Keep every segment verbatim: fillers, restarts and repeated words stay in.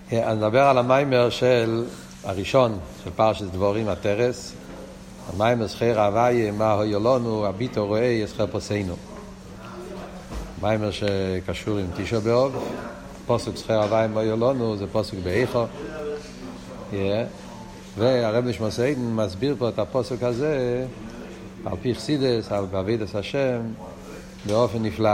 אני מדבר על המיימר של הראשון של פרשת דבורים, הטרס. המיימר זכר הוויה מה הוילונו הביטו רואה יזכר פוסיינו. מיימר שקשור עם תשעה באב. פסוק זכר הוויה מה הוילונו זה פסוק באיכו. yeah. והרב נשמע סיידן מסביר פה את הפסוק הזה על פי חסידס, על בעבודת השם באופן נפלא.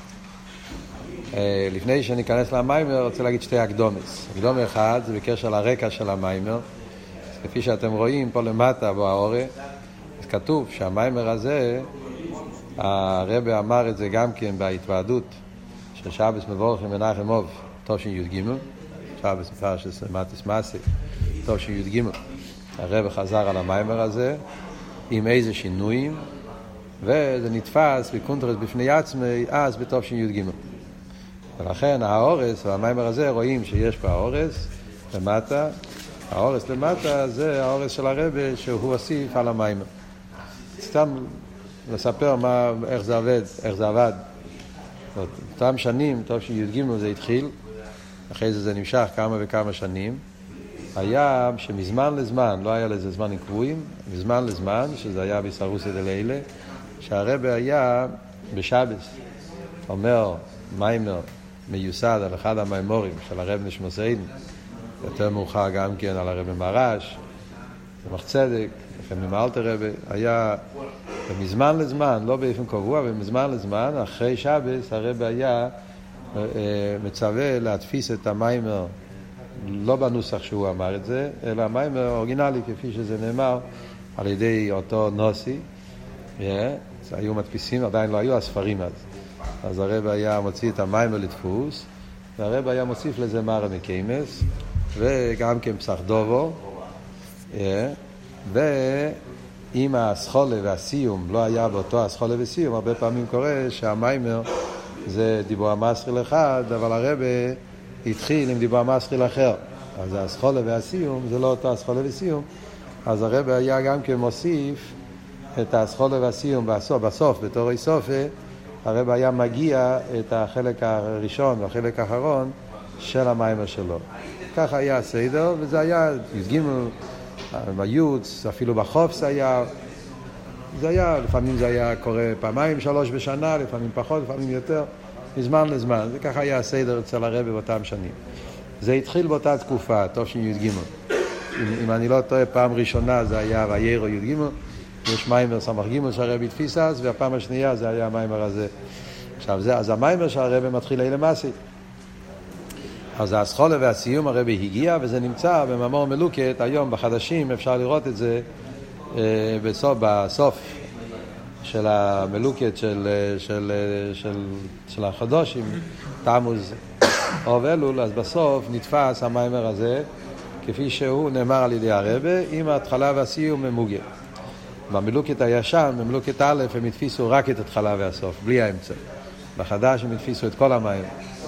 לפני שניכנס למיימר, רוצה להגיד שתי הקדומות. הקדומה אחד זה בקשר לרקע של המיימר. כפי שאתם רואים פה למטה בו האורה, כתוב שהמיימר הזה, הרב אמר את זה גם כן בהתוועדות של שבס מבורכם מנחם אוב, תושין י"ג, שבס מפרשת מתס מסי, תושין י"ג. הרב חזר על המיימר הזה עם איזה שינויים, וזה נתפס בקונטרס בפני עצמי אז בתושין י"ג. ולכן האורס והמיימר הזה רואים שיש פה האורס למטה. האורס למטה זה האורס של הרבי שהוא הוסיף על המיימר. סתם לספר מה, איך זה עבד, איך זה עבד. אותם שנים, טוב שי"ג זה התחיל, אחרי זה זה נמשך כמה וכמה שנים. היה שמזמן לזמן, לא היה לזה זמנים קבועים, מזמן לזמן, שזה היה בישרוסא דלילה, שהרבי היה בשבס, אומר מיימר, מיוסד על אחד המיימורים של הרב נשמע סיידן, יותר מאוחר גם כן על הרב מרש, במח צדק, לפעמים עם אלתר רבי, היה מזמן לזמן, לא באופן קבוע, ומזמן לזמן, אחרי שבס, הרב היה אה, מצווה להתפיס את המיימר, לא בנוסח שהוא אמר את זה, אלא המיימר האורגינלי, כפי שזה נאמר, על ידי אותו נוסי, yeah, היו מדפיסים, עדיין לא היו הספרים אז. אז הרב היה מוציא את המיימר לדפוס, והרב היה מוסיף לזה מרא מקיימס, וגם כן פסח דובו, ואם הסחולה והסיום לא היה באותו הסחולה וסיום, הרבה פעמים קורה שהמיימר זה דיבור המסחיל אחד, אבל הרב התחיל עם דיבור המסחיל אחר. אז הסחולה והסיום זה לא אותו הסחולה וסיום, אז הרב היה גם כן מוסיף את הסחולה והסיום בסוף, בסוף בתור איסופה, הרב היה מגיע את החלק הראשון והחלק האחרון של המיימר שלו. כך היה הסדר, וזה היה י"ג, ביוץ, אפילו בחופש היה, זה היה, לפעמים זה היה קורה פעמיים, שלוש בשנה, לפעמים פחות, לפעמים יותר, מזמן לזמן. זה ככה היה הסדר אצל הרב באותם שנים. זה התחיל באותה תקופה, תושין י"ג. אם, אם אני לא טועה, פעם ראשונה זה היה ויירו י"ג, יש מיימר סמך ג' שהרבי תפיס אז, והפעם השנייה זה היה המיימר הזה. עכשיו זה, אז המיימר שהרבי מתחיל אלה מעשי. אז הסחולה והסיום הרבי הגיע, וזה נמצא במאמר מלוקת, היום בחדשים אפשר לראות את זה אה, בסוף, בסוף של המלוקת של, של, של, של החדושים, תמוז אוב אלול, אז בסוף נתפס המיימר הזה, כפי שהוא נאמר על ידי הרבי, עם ההתחלה והסיום ממוגר. במלוקת הישן, במלוקת א', הם התפיסו רק את התחלה והסוף, בלי האמצע. בחדש הם התפיסו את כל המים.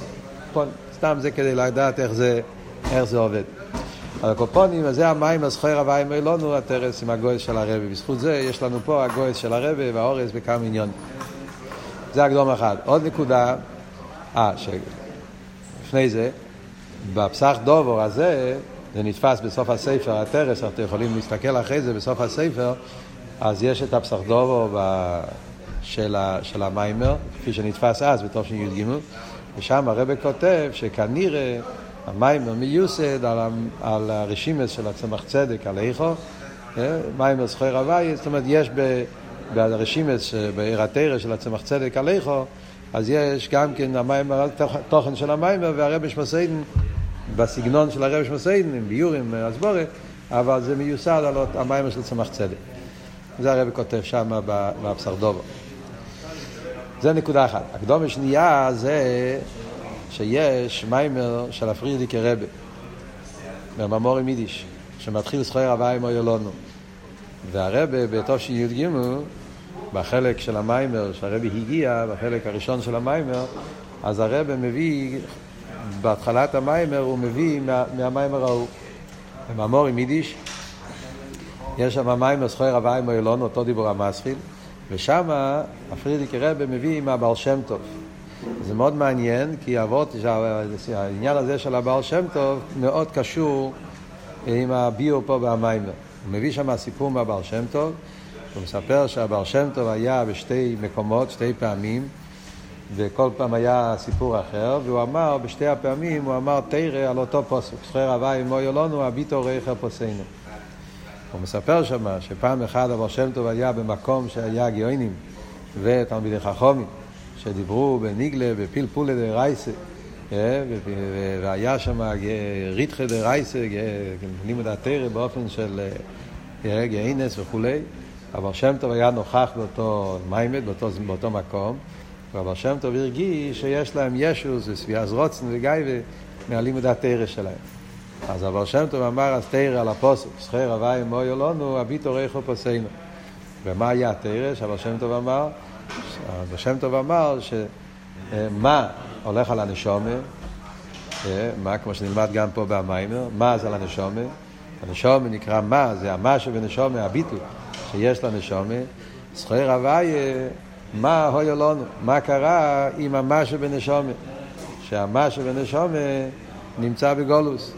סתם זה כדי לדעת איך זה, איך זה עובד. על הקופונים, זה המים, הזכר הוויה מה הוילונו, הטרס עם הגויס של הרבי. בזכות זה יש לנו פה הגויס של הרבי והאורס בכמה עניון. זה הקדום אחד. עוד נקודה, אה, לפני זה, בפסח דובור הזה, זה נתפס בסוף הספר, הטרס, אתם יכולים להסתכל אחרי זה בסוף הספר, אז יש את הפסח דובו של, של המיימר, כפי שנתפס אז בתושין י"ג, ושם הרב כותב שכנראה המיימר מיוסד על, על הרשימס של הצמח צדק, על איכו, מיימר זכר הוויה, זאת אומרת יש ברשימס, בעיר התרא של הצמח צדק על איכו, אז יש גם כן המיימר, תוכן של המיימר, והרב נשמע סיידן, בסגנון של הרב נשמע סיידן, עם ביורים, הסבורה, אבל זה מיוסד על המיימר של צמח צדק. זה הרב כותב שם בפסח דובו. זה נקודה אחת. הקדומה השנייה זה שיש מיימר של הפרידיקי רבי, במאמר עם יידיש, שמתחיל זכר הוויה מה הוילונו. והרבי בתושין י"ג, בחלק של המיימר שהרבי הגיע, בחלק הראשון של המיימר, אז הרבי מביא, בהתחלת המיימר הוא מביא מה, מהמיימר ההוא. במאמר עם יידיש, יש שם מיימר זכר הוויה מה הוילונו, אותו דיבור המסחיל, ושם הפרידיקי רבי מביא עם הבעל שם טוב. אז זה מאוד מעניין, כי אבות, העניין הזה של הבעל שם טוב מאוד קשור עם הביור פה במיימר. הוא מביא שם סיפור מהבעל שם טוב, הוא מספר שהבעל שם טוב היה בשתי מקומות, שתי פעמים, וכל פעם היה סיפור אחר, והוא אמר, בשתי הפעמים הוא אמר תרא על אותו פסוק, זכר הווי מויו לנו הביטו ריחר פוסנו. הוא מספר שם שפעם אחד הבעל שם טוב היה במקום שהיה גאונים ותלמידי חכמים שדיברו בניגלה, בפלפולה דרייסה, והיה שם ריתחה דרייסה, לימוד התורה באופן של גאינס וכולי. אבל שם טוב היה נוכח באותו מיימד, באותו, באותו מקום, אבל שם טוב הרגיש שיש להם ישוס וסביאז רוצן וגייבה מהלימוד התורה שלהם. אז אבל שם טוב אמר אז תורה על הפוסק, זכר הווי מויו לנו הביטו ריחו פוסנו. ומה היה התורה? אבל שם טוב אמר, אבל שם טוב אמר שמה הולך על הנשומה, מה כמו שנלמד גם פה במיימר, מה זה על הנשומה? הנשומה נקרא מה, זה המה שבנשומה, הביטל שיש לנשומה. זכר הווי מה הויו לנו, מה קרה עם המה שבנשומה, שהמה שבנשומה נמצא בגולוס,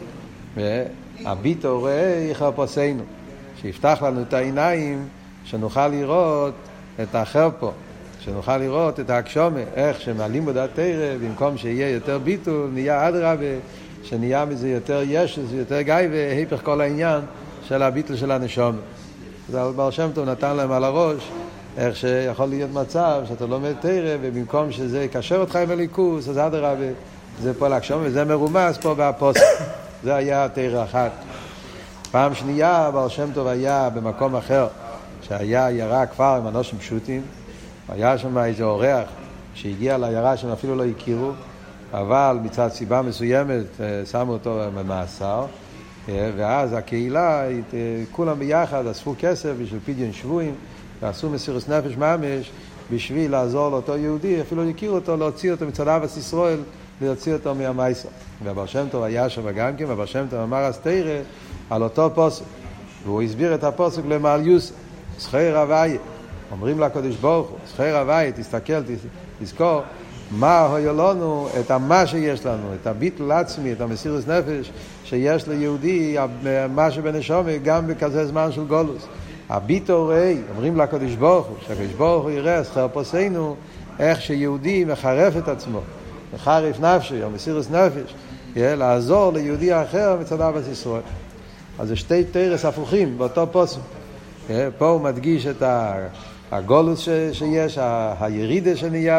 והביטו ריחו פוסנו, שיפתח לנו את העיניים שנוכל לראות את האחר פה, שנוכל לראות את ההגשומה, איך שמעלים בדעת תורה, במקום שיהיה יותר ביטול, נהיה אדרבה, שנהיה מזה יותר ישוס ויותר גיא, והיפך כל העניין של הביטול של הנשומה. זה בעל שם טוב נתן להם על הראש, איך שיכול להיות מצב שאתה לומד תורה, ובמקום שזה יקשר אותך עם הליכוס, אז אדרבה, זה פה להגשומה, וזה מרומז פה בהפוסק. זה היה תורה אחת. פעם שנייה, בעל שם טוב היה במקום אחר, שהיה ירה כפר עם אנשים פשוטים, היה שם איזה אורח שהגיע לירה שהם אפילו לא הכירו, אבל מצד סיבה מסוימת שמו אותו במאסר, ואז הקהילה, כולם ביחד אספו כסף בשביל פדיון שבויים, ועשו מסירות נפש ממש בשביל לעזור לאותו יהודי, אפילו הכירו אותו, להוציא אותו מצד אהבת ישראל, להוציא אותו מהמייסר. והבר שם טוב היה שם גם כן, והבר שם טוב אמר אז תרא על אותו פוסק, והוא הסביר את הפוסק למעל יוסף, זכר הווי, אומרים לקדוש ברוך הוא, זכר הווי, תסתכל, תזכור, מה הויו לנו, את המה שיש לנו, את הביטול עצמי, את המסירות נפש שיש ליהודי, מה שבנשומה, גם בכזה זמן של גולוס. הביטו ראי, אומרים לקדוש ברוך הוא, שהקדוש ברוך הוא יראה, זכר פוסנו, איך שיהודי מחרף את עצמו, מחרף נפשי, המסירות נפש, לעזור ליהודי אחר מצד אהבת ישראל. אז זה שתי תרס הפוכים באותו פוסק. פה הוא מדגיש את הגולוס שיש, הירידה שנהיה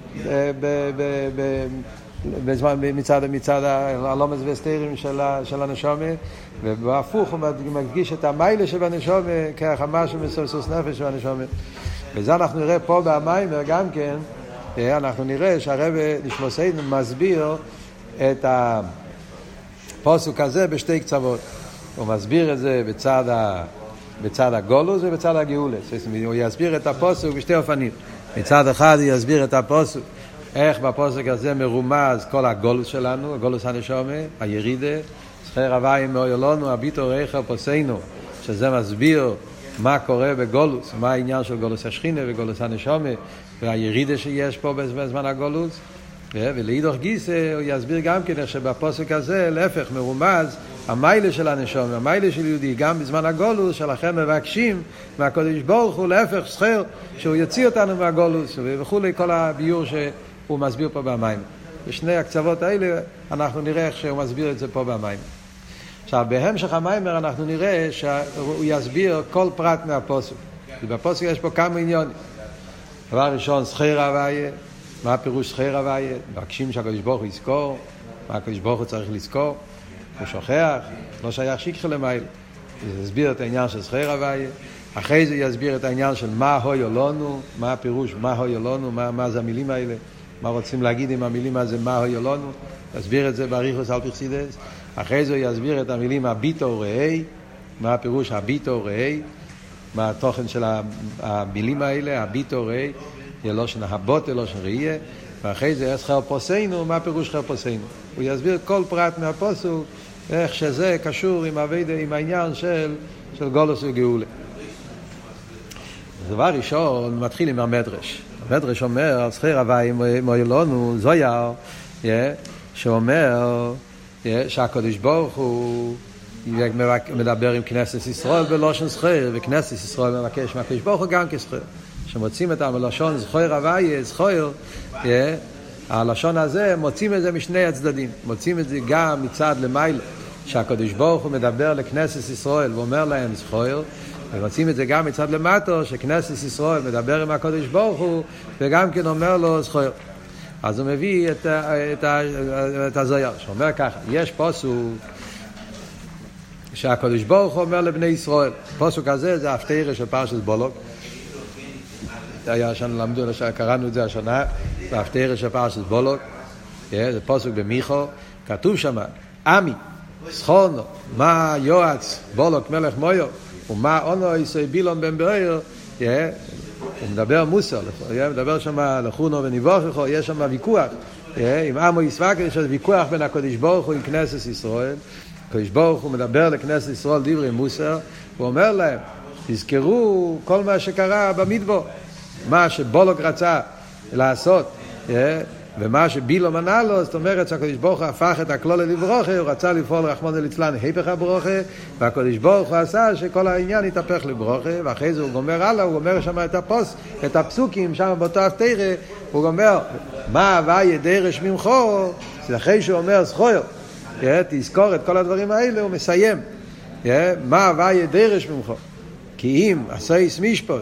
מצד מצד הלומס והסתירים של הנשומה, ובהפוך הוא מדגיש את המיילה של הנשומה כחמה של מסורסוס נפש של הנשומה. וזה אנחנו נראה פה במיימר גם כן, אנחנו נראה שהרב נשמוסיין מסביר את הפסוק הזה בשתי קצוות. הוא מסביר את זה בצד ה בצד הגולוס ובצד הגאולה. הוא יסביר את הפסוק בשתי אופנים. מצד אחד הוא יסביר את הפסוק, איך בפסוק הזה מרומז כל הגולוס שלנו, הגולוס הנשומה, הירידה, זכר הווי מויו לנו הביטו ריחר פוסנו, שזה מסביר מה קורה בגולוס, מה העניין של גולוס השכינה וגולוס הנשומה, והירידה שיש פה בזמן הגולוס. ולאידוך גיסא הוא יסביר גם כן איך שבפסוק הזה להפך מרומז המיילה של הנשום, המיילה של יהודי גם בזמן הגולוס, שלכם מבקשים מהקדוש ברוך הוא להפך זכר שהוא יוציא אותנו מהגולוס וכו', כל הביור שהוא מסביר פה במים. בשני הקצוות האלה אנחנו נראה איך שהוא מסביר את זה פה במים. עכשיו בהמשך המיימר אנחנו נראה שהוא יסביר כל פרט מהפסוק. בפסוק יש פה כמה עניונים. דבר ראשון, זכר הוויה. מה הפירוש זכר הוויה? מבקשים שהקדוש ברוך הוא יזכור. מה הקדוש ברוך הוא צריך לזכור? הוא שוכח, לא שייך שיקחה למייל. זה יסביר את העניין של זכר הוויה. אחרי זה יסביר את העניין של מה הויו לנו, מה הפירוש מה הויו לנו, מה, מה זה המילים האלה, מה רוצים להגיד עם המילים הזה מה הויו לנו. יסביר את זה באריכוס על פרסידס. אחרי זה יסביר את המילים הביטו ראי, מה הפירוש הביטו ראי, מה התוכן של המילים האלה, הביטו ראי, לא שנהבות, לא שנראיה. ואחרי זה זכר פוסנו, מה פירוש זכר פוסנו. הוא יסביר כל פרט מהפסוק, איך שזה קשור עם, הוידה, עם העניין של, של גולוס וגאולה. דבר ראשון, מתחיל עם המדרש. המדרש אומר על זכיר הוואי מוילונו זויר, שאומר שהקדוש ברוך הוא מדבר עם כנסת ישראל בלושן זכיר, וכנסת ישראל מבקש מהקדוש ברוך הוא גם כזכיר. שמוצאים את המלשון זכיר הוואי, זכיר, הלשון הזה מוצאים את זה משני הצדדים. מוצאים את זה גם מצד למעלה, שהקדוש ברוך הוא מדבר לכנסת ישראל ואומר להם זכיר, ומוצאים את זה גם מצד למטה, שכנסת ישראל מדבר עם הקדוש ברוך הוא וגם כן אומר לו זכיר. אז הוא מביא את, את, את הזויר, שאומר ככה, יש פסוק שהקדוש ברוך הוא אומר לבני ישראל, פסוק הזה זה ההפטרה של פרשת בולוק, היה שנה למדו, קראנו את זה השנה, בהפטרה של פרשת בולוק, זה פסוק במיכו, כתוב שם, עמי, זכורנו, מה יועץ בולוק מלך מויו, ומה אונו יסוי בילון בן באר, הוא מדבר מוסר, הוא מדבר שם לחונו וניבוכו, יש שם ויכוח, עם עמו יסבק, יש ויכוח בין הקדוש ברוך הוא עם כנסת ישראל, הקדוש ברוך הוא מדבר לכנסת ישראל דברי מוסר, הוא אומר להם, תזכרו כל מה שקרה במדבר, מה שבולוק רצה לעשות, ומה שבילו מנה לו, זאת אומרת שהקדוש ברוך הוא הפך את הכלול לברוכה, הוא רצה לפעול רחמנא ליצלן היפך הברוכה, והקדוש ברוך הוא עשה שכל העניין יתהפך לברוכה, ואחרי זה הוא גומר הלאה, הוא גומר שם את הפוס, את הפסוקים שם באותו הפטרה, הוא גומר, מה הווי דרש ממכו, אחרי שהוא אומר זכור, תזכור את כל הדברים האלה, הוא מסיים, מה הווי דרש ממכו, כי אם עשייס משפט,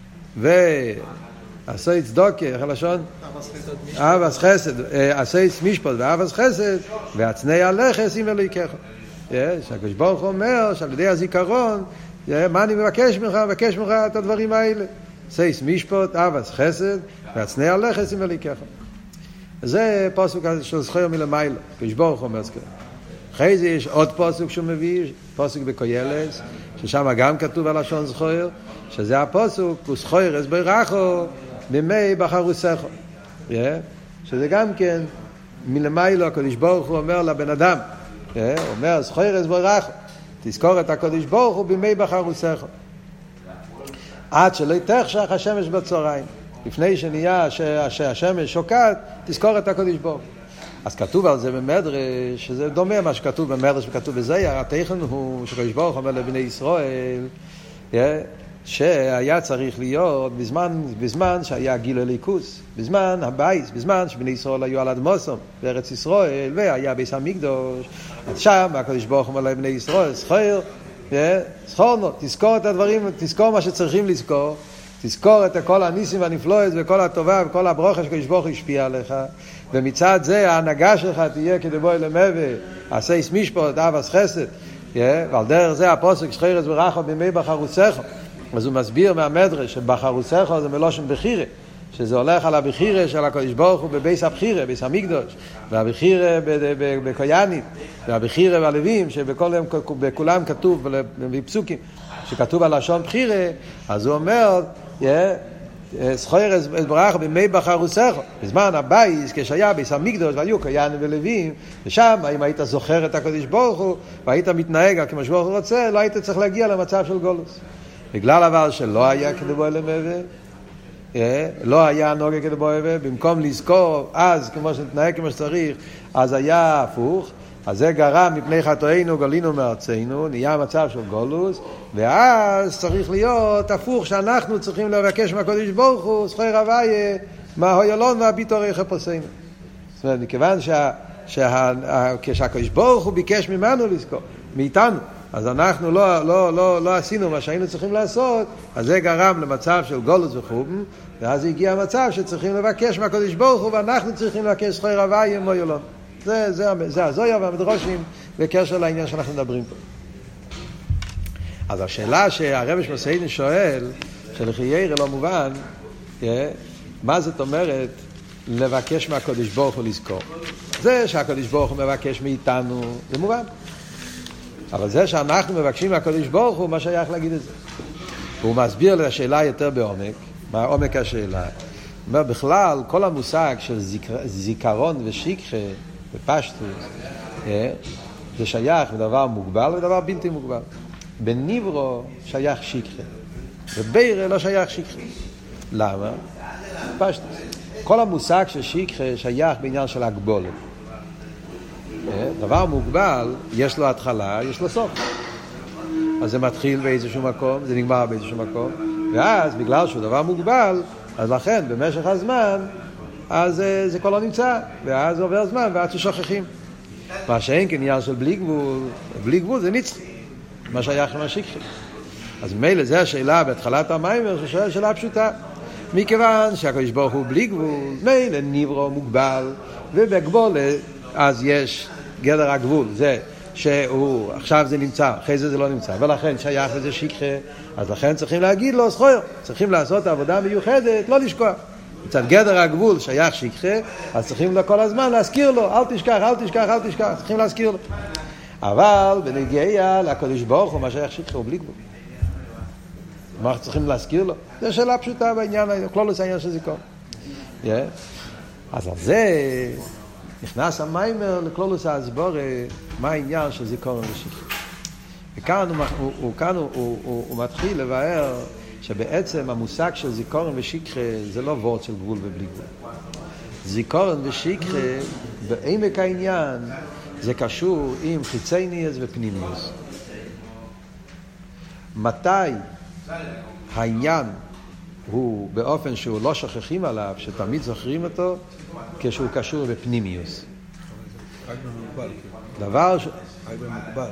ועשי צדוקה, איך הלשון? אבס חסד, עשי משפט ואבס חסד, והצנע לכס אם אלוהי ככה. שהקדוש ברוך הוא אומר שעל ידי הזיכרון, מה אני מבקש ממך? מבקש ממך את הדברים האלה. עשי משפט, אבס חסד, והצנע לכס אם אלוהי ככה. זה פסוק של זכיר מלמעלה, הקדוש ברוך הוא אומר זכיר. אחרי זה יש עוד פסוק שהוא מביא, פסוק בקהלת, ששם גם כתוב על לשון זכיר, שזה הפסוק, וזכיר אז ברכו במי בחרוסךו. שזה גם כן מלמיילו הקדוש ברוך הוא אומר לבן אדם, הוא אומר זכיר אז ברכו, תזכור את הקדוש ברוך הוא במי בחרוסךו. עד שלא תחשך השמש בצהריים, לפני שנהיה שהשמש שוקעת, תזכור את הקדוש ברוך הוא. אז כתוב על זה במדרש, שזה דומה מה שכתוב במדרש וכתוב בזייר, התכן הוא שקדוש ברוך אומר לבני ישראל, שהיה צריך להיות בזמן, בזמן שהיה גיל הליכוס, בזמן הבייס, בזמן שבני ישראל היו על אדמוסם בארץ ישראל, והיה בית המקדוש, אז שם הקדוש ברוך אומר לבני ישראל, זכור, זכורנו, תזכור את הדברים, תזכור מה שצריכים לזכור, תזכור את כל הניסים והנפלאות וכל הטובה וכל הברוכה שקדוש ברוך הוא השפיע עליך, ומצד זה ההנהגה שלך תהיה כדבוי למווה, עשייס משפט, אבס חסד, ועל דרך זה הפוסק זכיר אז ברכו במי בחרוסךו. אז הוא מסביר מהמדרש שבחרוסךו זה מלושן בחירה, שזה הולך על הבחירה של הקדוש ברוך הוא בבייס הבחירה, בייס המקדוש, והבחירה בקויאנית, והבחירה בלווים, שבכולם כתוב בפסוקים, שכתוב על לשון בחירה, אז הוא אומר, זכיר אז ברכו במי בחרוסךו, בזמן הבייס, כשהיה בייס המקדוש והיו קויאנים ולווים, ושם אם היית זוכר את הקדוש ברוך הוא והיית מתנהג כמו שברוך הוא רוצה, לא היית צריך להגיע למצב של גולוס. בגלל אבל שלא היה כדבוי למווה, לא היה נוגע כדבוי למווה, במקום לזכור אז כמו שנתנהג כמו שצריך, אז היה הפוך, אז זה גרם מפני חטאינו גלינו מארצנו, נהיה מצב של גולוס, ואז צריך להיות הפוך שאנחנו צריכים לבקש מהקדוש ברוך הוא, זכיר הוואי, מההוילון והביטורי חפוסינו. זאת אומרת, מכיוון כשהקדוש ברוך הוא ביקש ממנו לזכור, מאיתנו, אז אנחנו לא, לא, לא, לא עשינו מה שהיינו צריכים לעשות, אז זה גרם למצב של גולוס וחובן, ואז הגיע המצב שצריכים לבקש מהקדוש ברוך הוא, ואנחנו צריכים לבקש זכיר הוואי מההוילון. זה, זה, זה הזויה והמדרושים בקשר לעניין שאנחנו מדברים פה. אז השאלה שהרב שמסעידן שואל, שלחיירה לא מובן, מה זאת אומרת לבקש מהקדוש ברוך הוא לזכור? זה שהקדוש ברוך הוא מבקש מאיתנו, זה מובן. אבל זה שאנחנו מבקשים מהקדוש ברוך הוא, מה שייך להגיד את זה? הוא מסביר לשאלה יותר בעומק, מה עומק השאלה. הוא אומר, בכלל, כל המושג של זיכר, זיכרון ושיקחה, בפשטוס, זה שייך לדבר מוגבל ודבר בלתי מוגבל. בניברו שייך שיקחה, בבירה לא שייך שיקחה. למה? פשטוס. כל המושג של שיקחה שייך בעניין של הגבולת. דבר מוגבל, יש לו התחלה, יש לו סוף. אז זה מתחיל באיזשהו מקום, זה נגמר באיזשהו מקום, ואז בגלל שהוא דבר מוגבל, אז לכן במשך הזמן, אז זה, זה כל לא נמצא, ואז עובר הזמן, ועד ששוכחים. מה שאין כעניין של בלי גבול, בלי גבול זה נצחי, מה שייך עם השיקחה. אז ממילא זה השאלה בהתחלת המיימר, ששואל שאלה פשוטה. מכיוון שהקדוש ברוך הוא בלי גבול, מילא נברא מוגבל, ובגבול אז יש גדר הגבול, זה שהוא, עכשיו זה נמצא, אחרי זה זה לא נמצא, ולכן שייך לזה שיקחה, אז לכן צריכים להגיד לו זכויר, צריכים לעשות עבודה מיוחדת, לא לשכוח. מצד גדר הגבול שייך שיקחה, אז צריכים לו כל הזמן להזכיר לו, אל תשכח, אל תשכח, אל תשכח, צריכים להזכיר לו. אבל בנגיעה לקדוש ברוך הוא, מה שייך שיקחה הוא בלי גבול. מה אנחנו צריכים להזכיר לו? זו שאלה פשוטה בעניין, כלולוס העניין של זיכרון. Yeah. אז על זה נכנס המיימר לכלולוס ההסבורה, מה העניין של זיכרון ושיקחה. וכאן הוא, הוא, הוא, כאן הוא, הוא, הוא, הוא מתחיל לבאר שבעצם המושג של זיכרון ושיקחה זה לא וורד של גבול ובלי גבול. זיכרון ושיקחה בעמק העניין זה קשור עם חיצייניוס ופנימיוס. מתי העניין הוא באופן שהוא לא שוכחים עליו, שתמיד זוכרים אותו, כשהוא קשור בפנימיוס. דבר ש... רק במוגבל.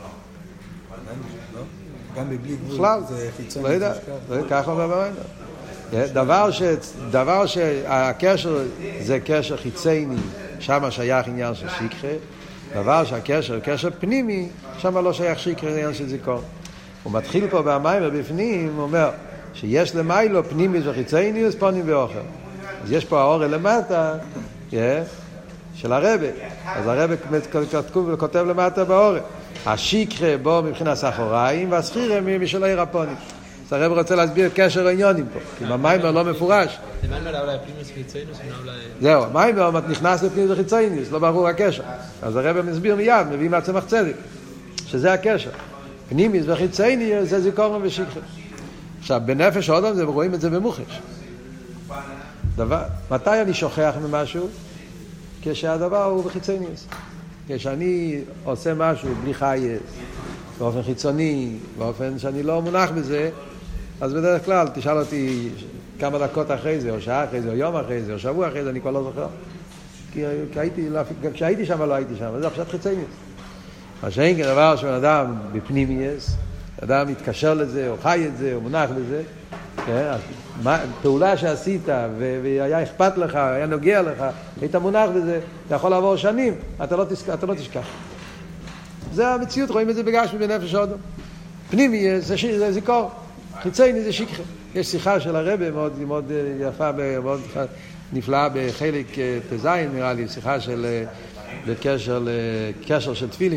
גם בבלי גבול זה חיצוני. לא יודע, ככה אומר במיינר. דבר ש... דבר שהקשר זה קשר חיצייני, שם שייך עניין של שיקחה. דבר שהקשר, קשר פנימי, שם לא שייך שיקחה, עניין של זיכרון. הוא מתחיל פה במיימר בפנים, הוא אומר שיש למיילו פנימיוס וחיצייניוס, פונים ואוכל. אז יש פה האור למטה, yeah, של הרבי. אז הרבי כותב למטה באור. השיקחה בו מבחינת סחוריים, והסחירה משל העיר הפונים. אז הרבי רוצה להסביר קשר העניונים פה, כי במיימר לא מפורש. זה מיימר אולי פנימיוס וחיצייניוס? זהו, המיימר נכנס לפנימיוס וחיצייניוס, לא ברור הקשר. אז הרבי מסביר מיד, מביא מעצמך צדק, שזה הקשר. פנימיוס וחיצייניוס זה זיכרון ושיקחה. עכשיו, בנפש האדם זה רואים את זה במוחש. דבר, מתי אני שוכח ממשהו? כשהדבר הוא בחיצייניוס. כשאני עושה משהו בלי חייס, באופן חיצוני, באופן שאני לא מונח בזה, אז בדרך כלל תשאל אותי כמה דקות אחרי זה, או שעה אחרי זה, או יום אחרי זה, או שבוע אחרי זה, אני כבר לא זוכר. כי, כי הייתי, כשהייתי שם לא הייתי שם, זה עכשיו חיצייניוס. מה שאין כדבר שבן אדם בפנימיוס, אדם מתקשר לזה, או חי את זה, או מונח לזה, כן? מה, פעולה שעשית, ו- והיה אכפת לך, היה נוגע לך, היית מונח בזה, אתה יכול לעבור שנים, אתה לא, תשכח, אתה לא תשכח. זה המציאות, רואים את זה בגשמי בנפש האדם. פנימיוס זה, זה זיכרון, חיצייני זה שיקחה. יש שיחה של הרבי מאוד, מאוד יפה, מאוד נפלאה בחלק תזין, נראה לי, שיחה של, בקשר לקשר של תפילין.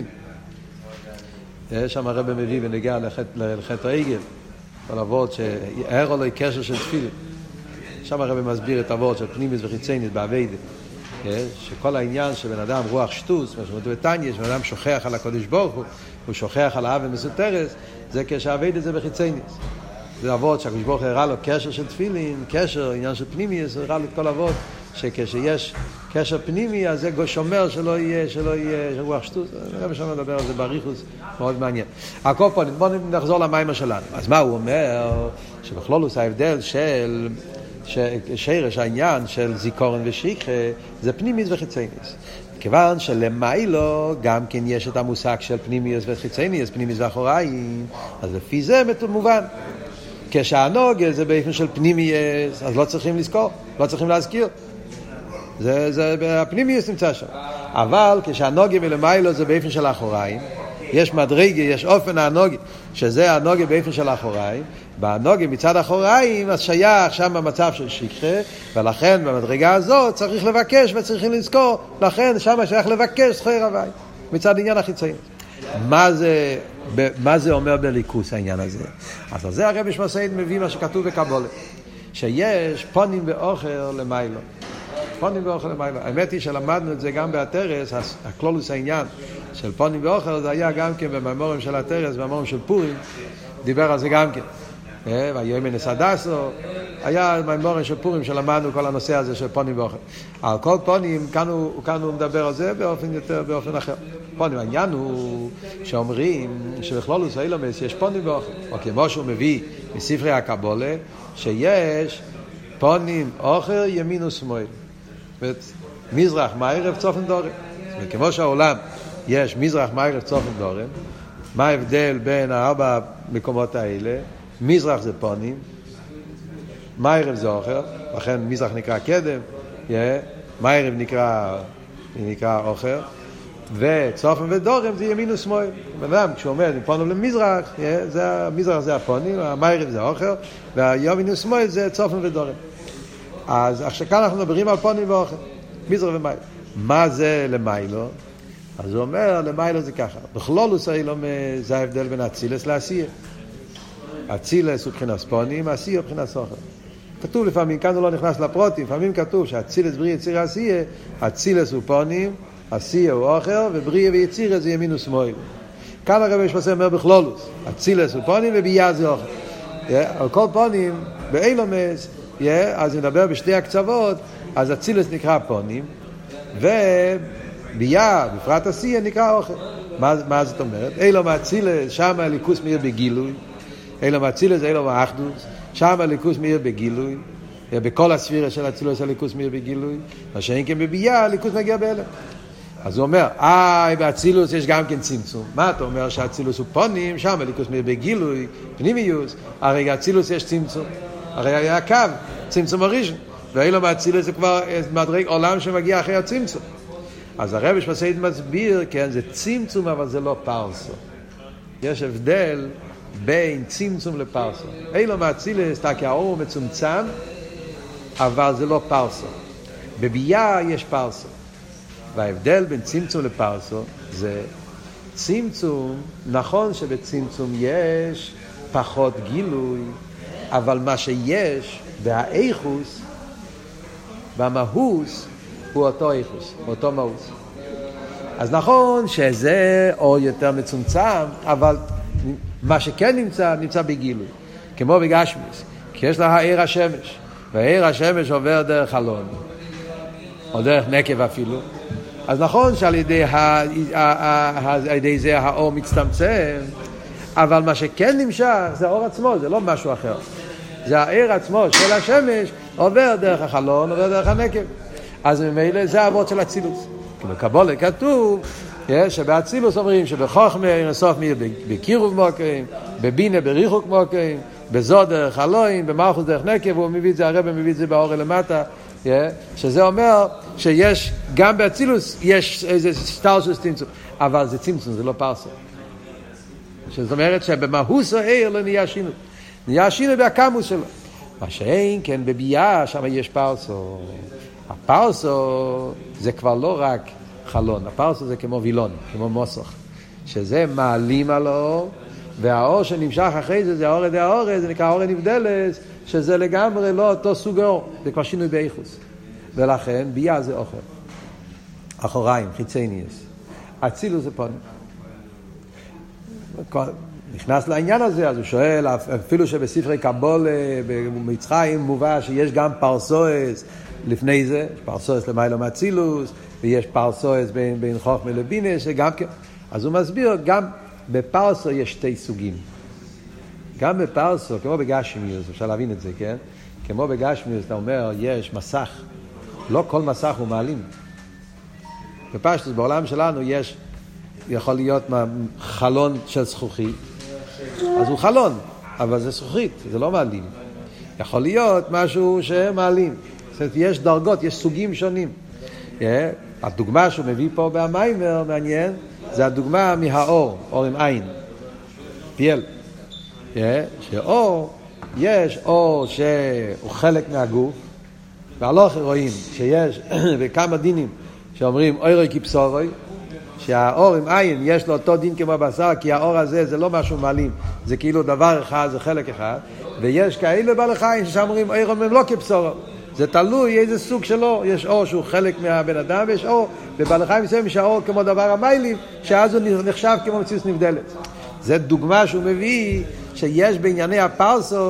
שם הרבי מביא ונגיע לחטא העגל, על אבות שהער לו קשר של תפילין. שם הרבי מסביר את אבות של פנימיוס וחיצייניוס בעבודה, שכל העניין שבן אדם רוח שטוס, מה שאומרת בתניא, שבן אדם שוכח על הקדוש ברוך הוא, הוא שוכח על האב ומסותרס, זה כשהעבודה זה בחיצייניוס. זה אבות שהקדוש ברוך הוא הראה לו קשר של תפילין, קשר, עניין של פנימיוס, הראה לו את כל אבות, שכשיש קשר פנימי, אז זה שומר שלא יהיה, שלא יהיה רוח שטות. הרבי שם מדבר על זה באריכות, מאוד מעניין. הקופון, בואו נחזור למיימר שלנו. אז מה הוא אומר? שבכלולוס ההבדל של שרש העניין של זיכרון ושיקחה, זה פנימיוס וחיצייניוס. כיוון שלמיילו גם כן יש את המושג של פנימיוס וחיצייניוס, פנימיוס ואחוריים, אז לפי זה מובן. כשהנוגע זה באופן של פנימיוס, אז לא צריכים לזכור, לא צריכים להזכיר. זה, זה, הפנימיוס נמצא שם. אבל כשהנוגע מלמיילו זה באופן של האחוריים, יש מדרגה, יש אופן הנוגע, שזה הנוגע באופן של האחוריים, בנוגע מצד האחוריים, אז שייך שם במצב של שיקחה, ולכן במדרגה הזאת צריך לבקש וצריכים לזכור, לכן שם שייך לבקש זכור הווי, מצד עניין החיצוני. מה זה, מה זה אומר בליכוס העניין הזה? אז על זה הרבי שמסעיד מביא מה שכתוב בקבולה, שיש פונים ואוכל למיילו. פונים ואוכל למיילו. האמת היא שלמדנו את זה גם באתרס, הכלולוס העניין של פונים ואוכל, זה היה גם כן במאמרים של אתרס, במאמרים של פורים, דיבר על זה גם כן. והיום מנס הדסו, היה מהמורה של פורים שלמדנו כל הנושא הזה של פונים ואוכל. על כל פונים, כאן הוא, כאן הוא מדבר על זה באופן יותר, באופן אחר. פונים, העניין הוא שאומרים שבכלולוס האילומס יש פונים ואוכל. או כמו שהוא מביא מספרי הקבולה, שיש פונים, אוכל, ימין ושמאל. מזרח, מערב, צופן דורם. וכמו שהעולם יש מזרח, מערב, צופן דורם, מה ההבדל בין הארבע מקומות האלה? מזרח זה פונים, מערב זה אוכל, לכן מזרח נקרא קדם, yeah, מערב נקרא, נקרא אוכל, וצופן ודורם זה ימין ושמאל. בנאדם, כשהוא אומר, פונים למזרח, yeah, זה, המזרח זה הפונים, המערב זה אוכל, והימין ושמאל זה צופן ודורם. אז עכשיו כאן אנחנו מדברים על פונים ואוכל, מזרח ומערב. מה זה למיילו? אז הוא אומר, למיילו זה ככה. בכלולוס האילום זה ההבדל בין אצילס לעשייה. אצילס הוא מבחינת פונים, עשייה הוא מבחינת אוכל. כתוב לפעמים, כאן הוא לא נכנס לפרוטים, לפעמים כתוב שאצילס בריא יציר עשייה, אצילס הוא פונים, עשייה הוא אוכל, ובריא ויציר זה ימין ושמאל. כאן הרב יש מסר אומר בכלולוס, אצילס הוא פונים ובייה זה אוכל. על כל פונים, באילומס, אז נדבר בשתי הקצוות, אז אצילס נקרא פונים, ובייה, בפרט עשייה, נקרא אוכל. מה, מה זאת אומרת? אילום אצילס, שם הליכוס מאיר בגילוי, אילום אצילס זה אילום האחדוס, שם הליכוס מאיר בגילוי, בכל הספירה של אצילוס הליכוס מאיר בגילוי, מה שאין כן בבייה, הליכוס מגיע בהלם. אז הוא אומר, אה, באצילוס יש גם כן צמצום. מה אתה אומר שהאצילוס הוא פונים, שם הליכוס מאיר בגילוי, פנימיוס, הרי באצילוס יש צמצום. הרי היה קו, צמצום הראשון, ואילו מאצילוס זה כבר מדרג עולם שמגיע אחרי הצמצום. אז הרב שמסעיד מסביר, כן, זה צמצום אבל זה לא פרסו. יש הבדל בין צמצום לפרסו. אילו מאצילוס, כי האור מצומצם, אבל זה לא פרסו. בבייה יש פרסו. וההבדל בין צמצום לפרסו זה צמצום, נכון שבצמצום יש פחות גילוי, אבל מה שיש והאיכוס והמהוס הוא אותו איכוס, אותו מהוס. אז נכון שזה או יותר מצומצם, אבל מה שכן נמצא, נמצא בגילוי. כמו בגשמיס, כי יש לה העיר השמש, והעיר השמש עובר דרך חלון, או דרך נקב אפילו. אז נכון שעל ידי, ה, על ידי זה האור מצטמצם, אבל מה שכן נמשך זה האור עצמו, זה לא משהו אחר. זה העיר עצמו של השמש עובר דרך החלון, עובר דרך הנקב. אז ממילא זה העבוד של אצילוס. כי בקבולה כתוב שבאצילוס אומרים שבחוכמה אינסוף מאיר בקירוב מוקרים, בבינה בריחוק מוקרים, בזוד דרך אלוהים, במלכות דרך נקב, והוא מביא את זה, הרב מביא את זה באור למטה, שזה אומר שיש גם באצילוס יש איזה שטר של צמצום, אבל זה צמצום, זה לא פרסה. זאת אומרת שבמהוס העיר לא נהיה שינוי, נהיה שינוי בהקמוס שלו. מה שאין כן בבייה, שם יש פרסו. הפרסו זה כבר לא רק חלון, הפרסו זה כמו וילון, כמו מוסך, שזה מעלים על האור, והאור שנמשך אחרי זה, זה האור עדי האור, זה נקרא האור נבדלס, שזה לגמרי לא אותו סוג האור, זה כבר שינוי באיכוס. ולכן בייה זה אוכל, אחוריים, חיצייניאס, אצילוס זה פונים. נכנס לעניין הזה, אז הוא שואל, אפילו שבספרי קבולה, במצרים מובא שיש גם פרסואס לפני זה, יש פרסואס למיילו מאצילוס, ויש פרסואס בין, בין חוכמה לבינה, שגם כן, אז הוא מסביר, גם בפרסו יש שתי סוגים. גם בפרסו, כמו בגשמיוס, אפשר להבין את זה, כן? כמו בגשמיוס, אתה אומר, יש מסך, לא כל מסך הוא מעלים. בפשטוס, בעולם שלנו יש, יכול להיות חלון של זכוכית, אז הוא חלון, אבל זה זכוכית, זה לא מעלים. יכול להיות משהו שמעלים. זאת אומרת, יש דרגות, יש סוגים שונים. Yeah, הדוגמה שהוא מביא פה במיימר, מעניין, זה הדוגמה מהאור, אור עם עין, פיאל. Yeah, שאור, יש אור שהוא חלק מהגוף, והלוך רואים שיש בכמה דינים שאומרים אוירוי כבשורוי, שהאור עם עין יש לו אותו דין כמו בשר, כי האור הזה זה לא משהו מעלים, זה כאילו דבר אחד, זה חלק אחד, ויש כאלה בעל חיים שאומרים אור הם לא כבשורוי, זה תלוי איזה סוג שלו, יש אור שהוא חלק מהבן אדם, ויש אור, ובעל חיים מסוים יש האור כמו דבר המיילים, שאז הוא נחשב כמו מציאות נבדלת. זה דוגמה שהוא מביא, שיש בענייני הפרסו,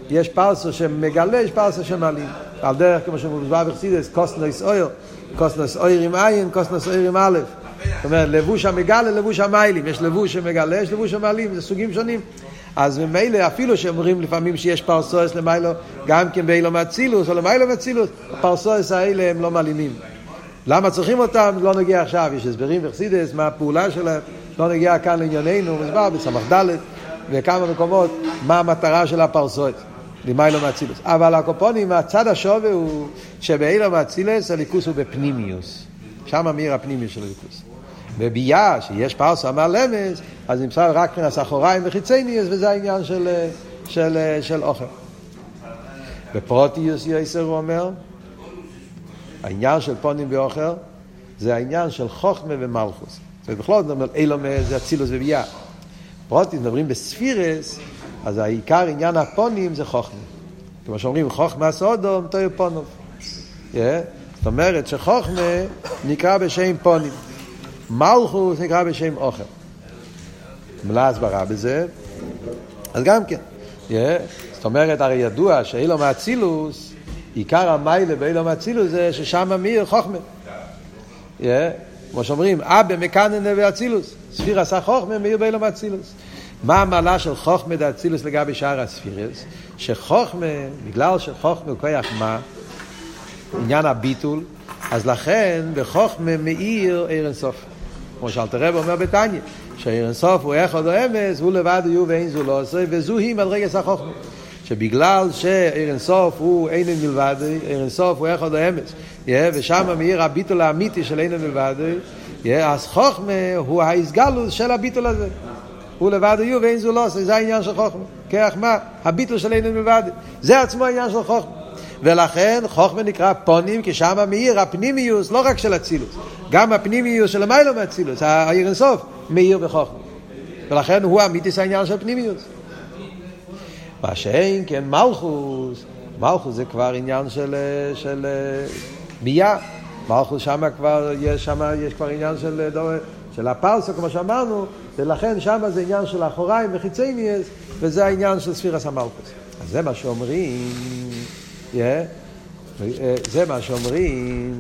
יש פרסו שמגלה, יש פרסו שמעלים. על דרך כמו שמוסבר בחסידות, קוסנוס אויר, קוסנוס אויר עם עין, קוסנוס אויר עם א'. זאת אומרת, לבוש המגלה, לבוש המיילים. יש לבוש שמגלה, יש לבוש המעלים, זה סוגים שונים. אז ממילא, אפילו שאומרים לפעמים שיש פרסוס למיילו, גם כן באילו מצילוס, או למיילו מצילוס, הפרסוס האלה הם לא מעלימים. למה צריכים אותם? לא נגיע עכשיו. יש הסברים בחסידות, מה הפעולה שלהם, לא נגיע כאן לענייננו, מסבר בסמך ד' וכמה מקומות, מה המטרה של הפרסוס. למיילו מצילוס. אבל הקופונים, הצד השווה הוא שבאילו מצילוס, הליכוס הוא בפנימיוס. שם אמיר הפנימיוס של הליכוס. בבייה, שיש פרסה מהלמס, אז נמצא רק מנס אחוריים וחיצייניוס, וזה העניין של, של, של אוכל. בפרוטיוס יסר הוא אומר, העניין של פונים באוכל, זה העניין של חוכמה ומלכוס. זאת אומרת, בכלל נאמר, אילומס זה אצילוס ובייה. פרוטיוס מדברים בספירס, אז העיקר עניין הפונים זה חוכמה. כמו שאומרים, חוכמה סודום, תויר פונוב. Yeah. זאת אומרת שחוכמה נקרא בשם פונים. מלכוס נקרא בשם אוכל. מלה הסברה בזה. אז גם כן. Yeah. זאת אומרת, הרי ידוע שאילו מאצילוס, עיקר המיילה באילו מאצילוס זה ששם מיר חוכמה. Yeah. כמו שאומרים, אבא מקננה ואצילוס. ספיר עשה חוכמה, מיר באילו מאצילוס. מה המעלה של חוכמה דאצילוס לגבי שאר הספירס? שחוכמה, בגלל שחוכמה הוא כוח מה? עניין הביטול, אז לכן בחוכמה מאיר עיר אינסוף. כמו שאלתר רב אומר בתניא, שעיר אינסוף הוא אחד או אמס, הוא לבד הוא ואין זו לא עושה, וזו היא מדרגת החוכמה. שבגלל שעיר אינסוף הוא אין מלבד, עיר אינסוף הוא אחד או אמס, ושם מאיר הביטול האמיתי של אין מלבד, אז חוכמה הוא ההסגלוס של הביטול הזה. הוא לבד הוא ואין זו לא עושה, זה העניין של חוכמה. כך מה? הביטול של אין מלבד. זה עצמו העניין של חוכמה. ולכן חוכמה נקרא פונים, כי שם מאיר הפנימיוס, לא רק של אצילוס, גם הפנימיוס של המיילו מאצילוס, העיר אינסוף, מאיר בחוכמה. ולכן הוא אמיתיס העניין של פנימיוס. מה שאין כן מלכוס, מלכוס זה כבר עניין של, של בייה. מלכוס שם כבר, יש, שם יש כבר עניין של, של הפרסה, כמו שאמרנו, ולכן שם זה עניין של אחוריים וחיצייניוס, וזה העניין של ספירס המלכוס. אז זה מה שאומרים, Yeah. זה מה שאומרים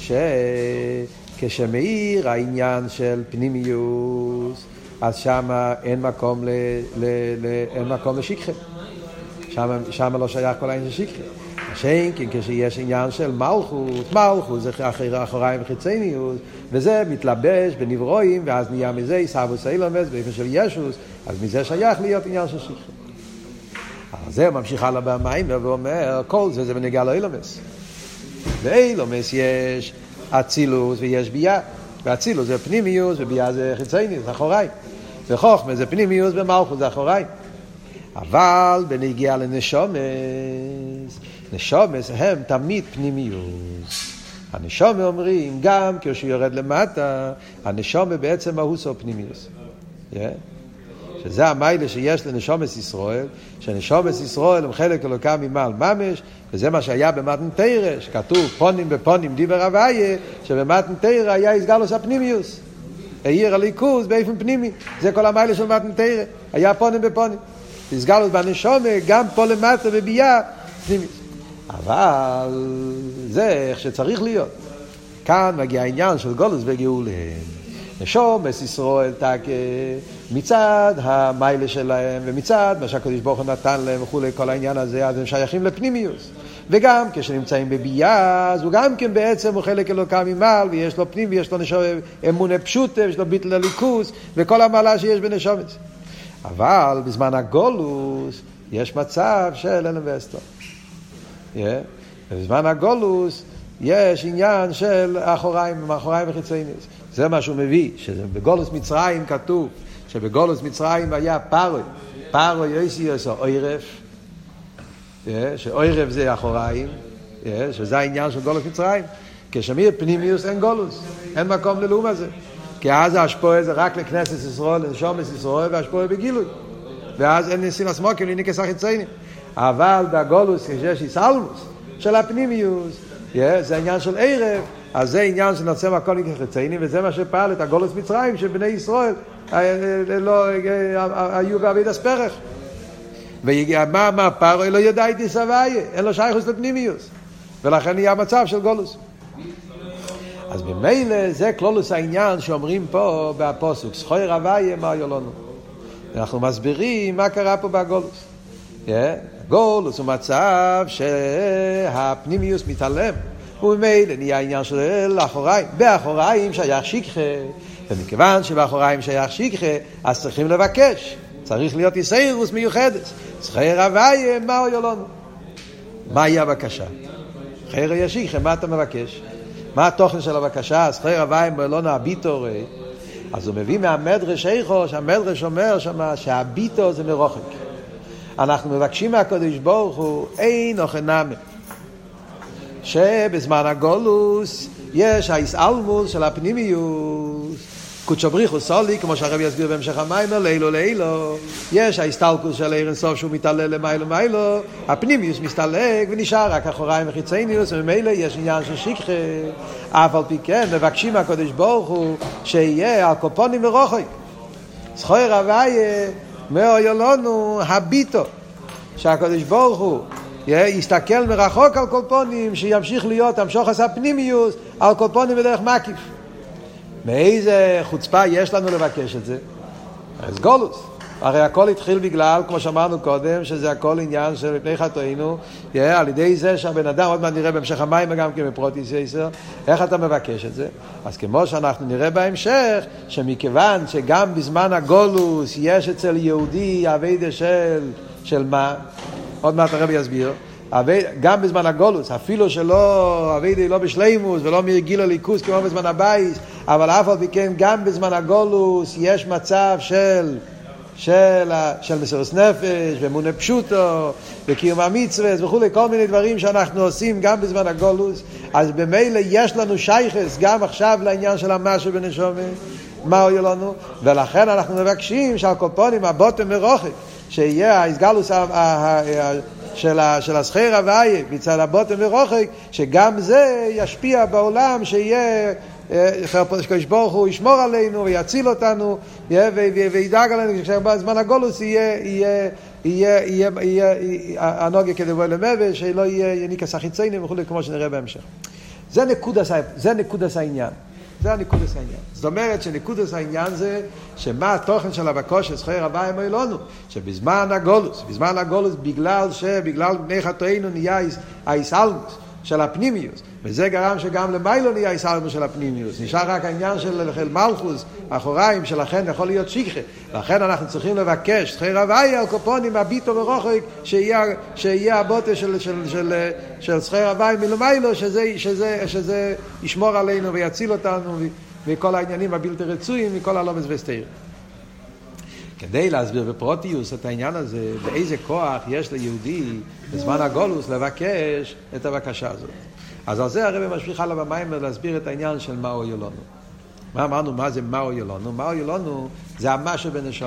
שכשמאיר העניין של פנימיוס, אז שם אין מקום ל, ל, ל, אין מקום לשיקחה. שם, שם לא שייך כל העניין של שיקחה. השם, כי כשיש עניין של מלכות, מלכות זה אחוריים וחיצייניוס, וזה מתלבש בנברואים, ואז נהיה מזה סבוס אילומס באופן של ישוס, אז מזה שייך להיות עניין של שיקחה. אז זה ממשיך הלאה במים ואומר, כל זה זה בנגיע לאילומס. באילומס יש אצילוס ויש בייה. ואצילוס זה פנימיוס ובייה זה חיצייניוס, זה אחוריים. וחוכמה זה פנימיוס ומלכות זה אחוריים. אבל בנגיע לנשומס, נשומס הם תמיד פנימיוס. הנשומה אומרים, גם כשהוא יורד למטה, הנשומה בעצם מהוסו פנימיוס. Yeah. שזה המיילה שיש לנשומס ישראל, שנשומס ישראל הם חלק אלוקה ממעל ממש, וזה מה שהיה במתן תורה, שכתוב פונים בפונים דיבר הוויה, שבמתן תורה היה הסגלוס הפנימיוס, העיר הליכוז באופן פנימי, זה כל המיילה של מתן תורה, היה פונים בפונים, הסגלוס בנשומה, גם פה למטה ובייה, פנימיוס. אבל זה איך שצריך להיות. כאן מגיע העניין של גולוס וגאולה. נשומס ישראל תק מצד המיילה שלהם ומצד מה שהקדוש ברוך הוא נתן להם וכולי, כל העניין הזה, אז הם שייכים לפנימיוס. וגם כשנמצאים בבייה, אז הוא גם כן בעצם הוא חלק אלוקה ממעל, ויש לו פנים ויש לו אמונה פשוטה, ויש לו ביטל הליכוס וכל המעלה שיש בנשומס. אבל בזמן הגולוס יש מצב של אלם ואסתר. Yeah. בזמן הגולוס יש עניין של אחוריים, אחוריים וחיצייניוס. זה מה שהוא מביא, שבגולוס מצרים כתוב, שבגולוס מצרים היה פרוי, פרוי יוסיוס או אוירף, שאוירף זה אחוריים, שזה העניין של גולוס מצרים. כשמיר פנימיוס אין גולוס, אין מקום ללאום הזה. כי אז ההשפועה זה רק לכנסת ישראל, לנשומס ישראל, וההשפועה בגילוי. ואז אין ניסים הסמוקים, לניקס החיציינים. אבל בגולוס יש איסלמוס של הפנימיוס, זה העניין של ערב, אז זה עניין של נוצא מהכל חיציינים, וזה מה שפעל את הגולוס מצרים, שבני ישראל לא היו בעביד הספרח. ומה אמר פרעה? לא ידע איתי סבייה, אין לו שייכות לפנימיוס, ולכן נהיה מצב של גולוס. אז במילא זה כלולוס העניין שאומרים פה בפסוק, זכור הוויה מה היה לנו. אנחנו מסבירים מה קרה פה בגולוס. גולוס הוא מצב שהפנימיוס מתעלם, ובמילא נהיה העניין של אחוריים. באחוריים שייך שכחה, ומכיוון שבאחוריים שייך שכחה, אז צריכים לבקש. צריך להיות יסיירוס מיוחדת. זכור הוויה מה היה לנו. מהי הבקשה? חיר ישיך, מה אתה מבקש? מה התוכן של הבקשה? זכור הוויה מה היה לנו הביטו. אז הוא מביא מהמדרש איכו, שהמדרש אומר שמה, שהביטו זה מרוחק. אנחנו מבקשים מהקדוש ברוך הוא אין אוכנמה, שבזמן הגולוס יש ההסעלמוס של הפנימיוס, קודשא בריך הוא סולי, כמו שהרב יסביר בהמשך המיימר, לילו לילו, יש ההסתלקוס של עיר אינסוף שהוא מתעלה למיילו מיילו, הפנימיוס מסתלק ונשאר רק אחוריים וחיצוניוס, וממילא יש עניין של שכחה. אף על פי כן מבקשים מהקדוש ברוך הוא שיהיה על קופונים ורוחק. זכור הוויה מה היה לנו הביטו, שהקדוש ברוך הוא יסתכל מרחוק על קופונים, שימשיך להיות המשוחס הפנימיוס על קופונים בדרך מקיף. מאיזה חוצפה יש לנו לבקש את זה? אז גולוס. הרי הכל התחיל בגלל, כמו שאמרנו קודם, שזה הכל עניין של מפני חטאינו, על ידי זה שהבן אדם, עוד מעט נראה בהמשך המים וגם כן בפרוטיס יסר, איך אתה מבקש את זה? אז כמו שאנחנו נראה בהמשך, שמכיוון שגם בזמן הגולוס יש אצל יהודי עבודה של, של מה? עוד מעט הרב יסביר. גם בזמן הגולוס, אפילו שלא עבדי לא בשלימוס ולא מרגיל ליכוס כמו בזמן הבייס, אבל אף על פי כן גם בזמן הגולוס יש מצב של של של מסירות נפש ואמונה פשוטו וקיום המצוות וכו', כל מיני דברים שאנחנו עושים גם בזמן הגולוס. אז במילא יש לנו שייכס גם עכשיו לעניין של המשהו בנשמה, מה הוא לנו, ולכן אנחנו מבקשים שעל כל פנים הבוטם מרוחק שיהיה ההסגלוס של של הזכיר הוויה מצד הבוטם ורוחק, שגם זה ישפיע בעולם, שיהיה הקדוש ברוך הוא ישמור עלינו ויציל אותנו וידאג עלינו, כשבזמן הגולוס יהיה יהיה יהיה יהיה הנוגע כדבוי למבה, שלא יהיה יניקס החיציינים וכו', כמו שנראה בהמשך. זה נקודס, זה נקודס העניין. זה הנקודס העניין. זאת אומרת שנקודס העניין זה שמה התוכן של הבקוש של זכור הוויה מה היה לנו, שבזמן הגולוס, בזמן הגולוס בגלל שבגלל בני חטאינו נהיה ההסעלמוס של הפנימיוס, וזה גרם שגם למיילו נהיה ההסעלמוס של הפנימיוס, נשאר רק העניין של מלכוס אחוריים, שלכן יכול להיות שכחה, לכן אנחנו צריכים לבקש זכור הוויה על קופונים הביטו ורוחק, שיהיה שיהיה הבוטה של של של של זכור הוויה מלמיילו, שזה שזה שזה ישמור עלינו ויציל אותנו וכל העניינים הבלתי רצויים מכל הלומס וסתיר. כדי להסביר בפרוטיוס את העניין הזה, באיזה כוח יש ליהודי בזמן הגולוס לבקש את הבקשה הזאת. אז על זה הרב משפיך עליו במיימר להסביר את העניין של מה הוא ילונו. מה אמרנו? מה זה מה הוא ילונו? מה הוא ילונו זה המשהו בנשמה.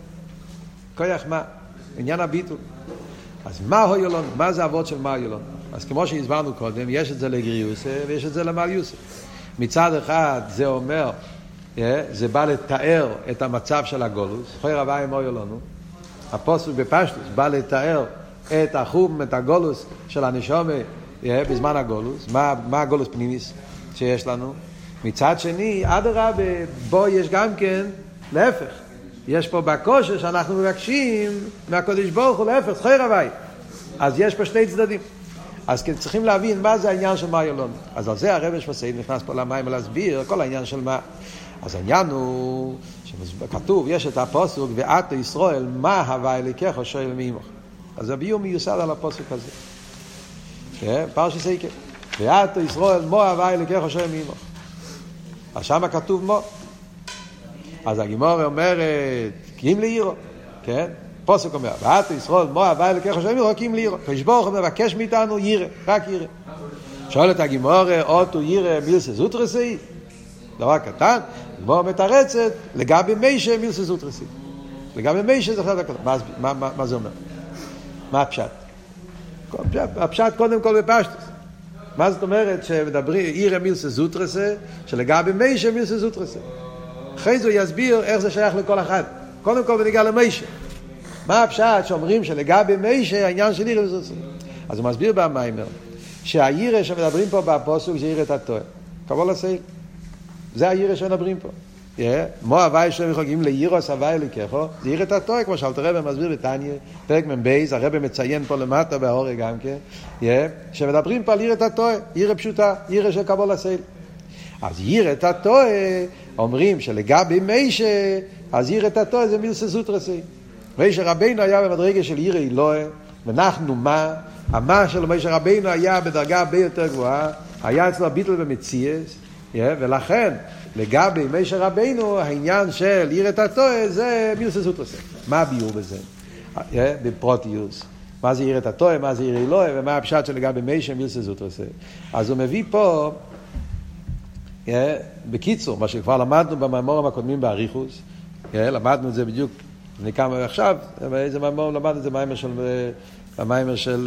כוח מה? עניין הביטול. אז מה הוא ילונו? מה זה אבות של מה הוא ילונו? אז כמו שהסברנו קודם, יש את זה לגריוס ויש את זה למליוס. מצד אחד זה אומר, זה בא לתאר את המצב של הגולוס, זכור הוויה מה היה לנו. הפסוק בפשטוס בא לתאר את החום, את הגולוס של הנשמה בזמן הגולוס, מה, מה הגולוס פנימיס שיש לנו. מצד שני, אדרבה, בו יש גם כן להפך. יש פה בקושי שאנחנו מבקשים מהקדוש ברוך הוא להפך, זכור הוויה. אז יש פה שני צדדים. אז צריכים להבין מה זה העניין של מה היה לנו. אז על זה הרב שפסייד נכנס פה למים ולהסביר כל העניין של מה. אז העניין הוא, שכתוב, יש את הפסוק, ואתו ישראל, מה הווה אלוקיך שואל מעמך. אז הביאור מיוסד על הפסוק הזה. כן, פרשת סייקה. ואתו ישראל, מה הווה אלוקיך שואל מעמך. אז שם כתוב מה. אז הגימור אומרת, קים לירו. כן? פסוק אומר, ואתו ישראל, מה הווה אלוקיך שואל מעמך, קים לירו. כשברוך הוא מבקש מאיתנו ירא, רק ירא. שואלת הגימור, אותו ירא מילסה זוטרסי. דבר קטן, בוא מתרצת לגבי מיישה מילסה זוטרסי. לגבי מיישה זה חלק הקטן. מה, מה, מה, מה זה אומר? מה הפשט? הפשט קודם כל בפשטוס. מה זאת אומרת שמדברים עירה מילסה זוטרסי, שלגבי מיישה מילסה זוטרסי. אחרי זה הוא יסביר איך זה שייך לכל אחד. קודם כל בניגע למיישה. מה הפשט שאומרים שלגבי מיישה העניין של ירא וזוסו? אז הוא מסביר במיימר שהירא שמדברים פה בפסוק זה יראת התורה. קבול הסייל. זה הירא שמדברים פה. מו הווי שלהם חוגגים לירוס הווי אלוקיכו, זה יראת התורה, כמו שאלתר רבי מסביר בתניא, פרק מ"ב, הרבי מציין פה למטה בהורג גם כן, שמדברים פה על יראת התורה, ירא פשוטה, ירא של קבול הסייל. אז יראת התורה, אומרים שלגבי מיישה, אז יראת התורה זה מילסא סוטרסי. מיישה רבינו היה במדרגה של ירא אלוהי, ואנחנו מה? המה של מיישה רבינו היה בדרגה הרבה יותר גבוהה, היה אצלו ביטל במציאס, ולכן לגבי מיישה רבינו העניין של יראת התורה זה מילסא סוטרסי. מה הביאור בזה? בפרוטיוס. מה זה יראת התורה, מה זה ירא אלוהי, ומה הפשט של לגבי מיישה מילסא סוטרסי. אז הוא מביא פה בקיצור, מה שכבר למדנו במאמרים הקודמים באריכוס, למדנו את זה בדיוק לפני כמה עכשיו, איזה מאמר למדנו את זה, מאמר של מאמר של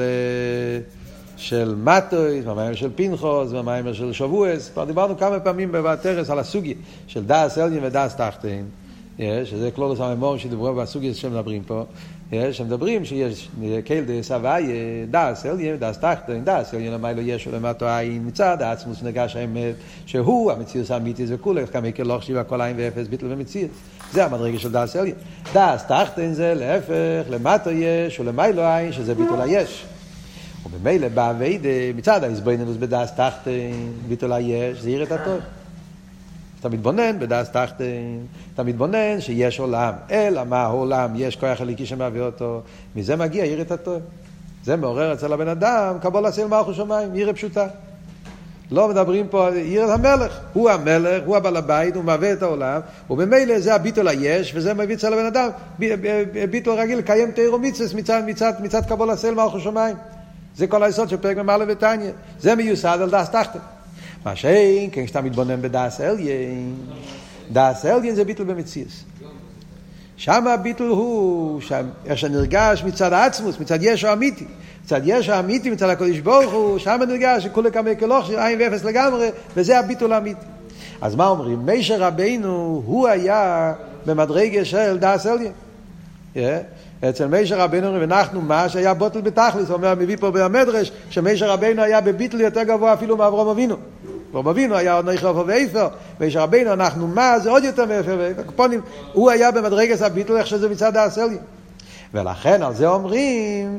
של מטויס, מאמר של פנחס, מאמר של שבועס, כבר דיברנו כמה פעמים בוותרס על הסוגיה של דאס עליון ודאס תחתון, שזה כלולוס המאמרים שדיברו בסוגיה שמדברים פה, שמדברים שיש קהיל דאס הווי, דאס עליון ודאס תחתון, דאס עליון למיילו יש ולמטו עין מצד העצמוס נגש האמת שהוא המציאות האמיתית וכולי, כמה יקר חשיבה כל עין ואפס ביטל ומציאות. זה המדרגה של דאס עליון. דאס תחתון זה להפך, למטו יש ולמיילו עין שזה ביטול היש. ובמילא בעבודה מצד ההסביננות בדאס תחתון, ביטול היש, זה יראת התורה. אתה מתבונן בדאס תחתון, אתה מתבונן שיש עולם, אלא מה העולם, יש כוח אלוקי שמביא אותו, מזה מגיע יראת התורה. זה מעורר אצל הבן אדם, קבול הסייל מלכות שמיים, ירא פשוטה. לא מדברים פה על יראת המלך, הוא המלך, הוא הבעל הבית, הוא מביא את העולם, ובמילא זה הביטול היש, וזה מביא אצל הבן אדם, ביטול רגיל, קיים תירו מצווה מצד, מצד, מצד קבול הסייל מלכות שמיים. זה כל היסוד של פרק ממלא ותניא. זה מיוסד על דאס תחתון. מה שאין, כן, כשאתה מתבונן בדאס עליון, דאס עליון זה ביטל במציאות. שם הביטל הוא, איך שנרגש מצד העצמוס, מצד ישו אמיתי, מצד ישו אמיתי, מצד הקדוש ברוך הוא, שם נרגש שכולי כמה כלוך, עין ואפס לגמרי, וזה הביטל האמיתי. אז מה אומרים? מיישה רבינו, הוא היה במדרגה של דאס עליון. אצל מיישה רבינו ואנחנו מה שהיה בוטל בתכלס, הוא אומר, מביא פה במדרש, שמיישה רבינו היה בביטל יותר גבוה אפילו מאברהם אבינו. אברהם אבינו היה עוד נחרף ואיפר, מיישה רבינו אנחנו מה, זה עוד יותר מאיפר ואיפר. הוא היה במדרגת הביטל, איך שזה מצד דאס עליון. ולכן על זה אומרים,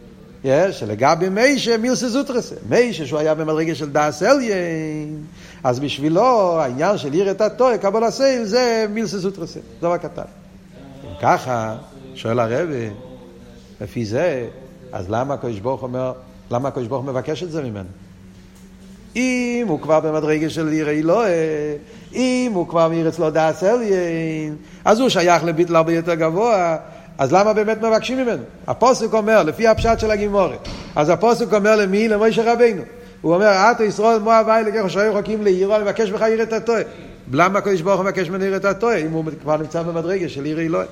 שלגבי מיישה מילסא סוטרסי. מיישה שהוא היה במדרגת של דאס עליון, אז בשבילו העניין של יראת התורה, קבול הסייל, זה מילסא סוטרסי. זה מה כתב. ככה, שואל הרבי, לפי זה, אז למה הקדוש ברוך אומר, למה הקדוש ברוך מבקש את זה ממנו? אם הוא כבר במדרגה של ירא אלוהי, אם הוא כבר מאיר אצלו דאס עליון, אז הוא שייך לביטל הרבה יותר גבוה, אז למה באמת מבקשים ממנו? הפסוק אומר, לפי הפשט של הגימורה, אז הפסוק אומר למי? למשה רבינו. הוא אומר, עתו ישראל מו הווי אלוקיך שואל חוקים לעירו, אני מבקש בך יראת התורה. למה הקדוש ברוך מבקש ממנו יראת התורה, אם הוא כבר נמצא במדרגה של ירא אלוהי?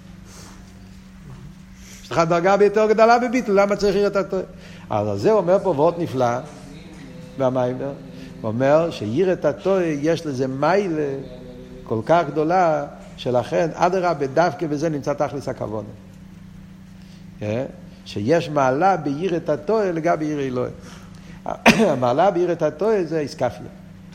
יש לך דרגה ביותר גדולה בביטל, למה צריך יראת התורה? אז זה אומר פה וורט נפלא, במיימר, הוא אומר שיראת התורה יש לזה מיילה כל כך גדולה, שלכן אדרבה דווקא בזה נמצא תכלס הכוונה. שיש מעלה ביראת התורה לגבי ירא אלוהי. המעלה ביראת התורה זה איסקפיה.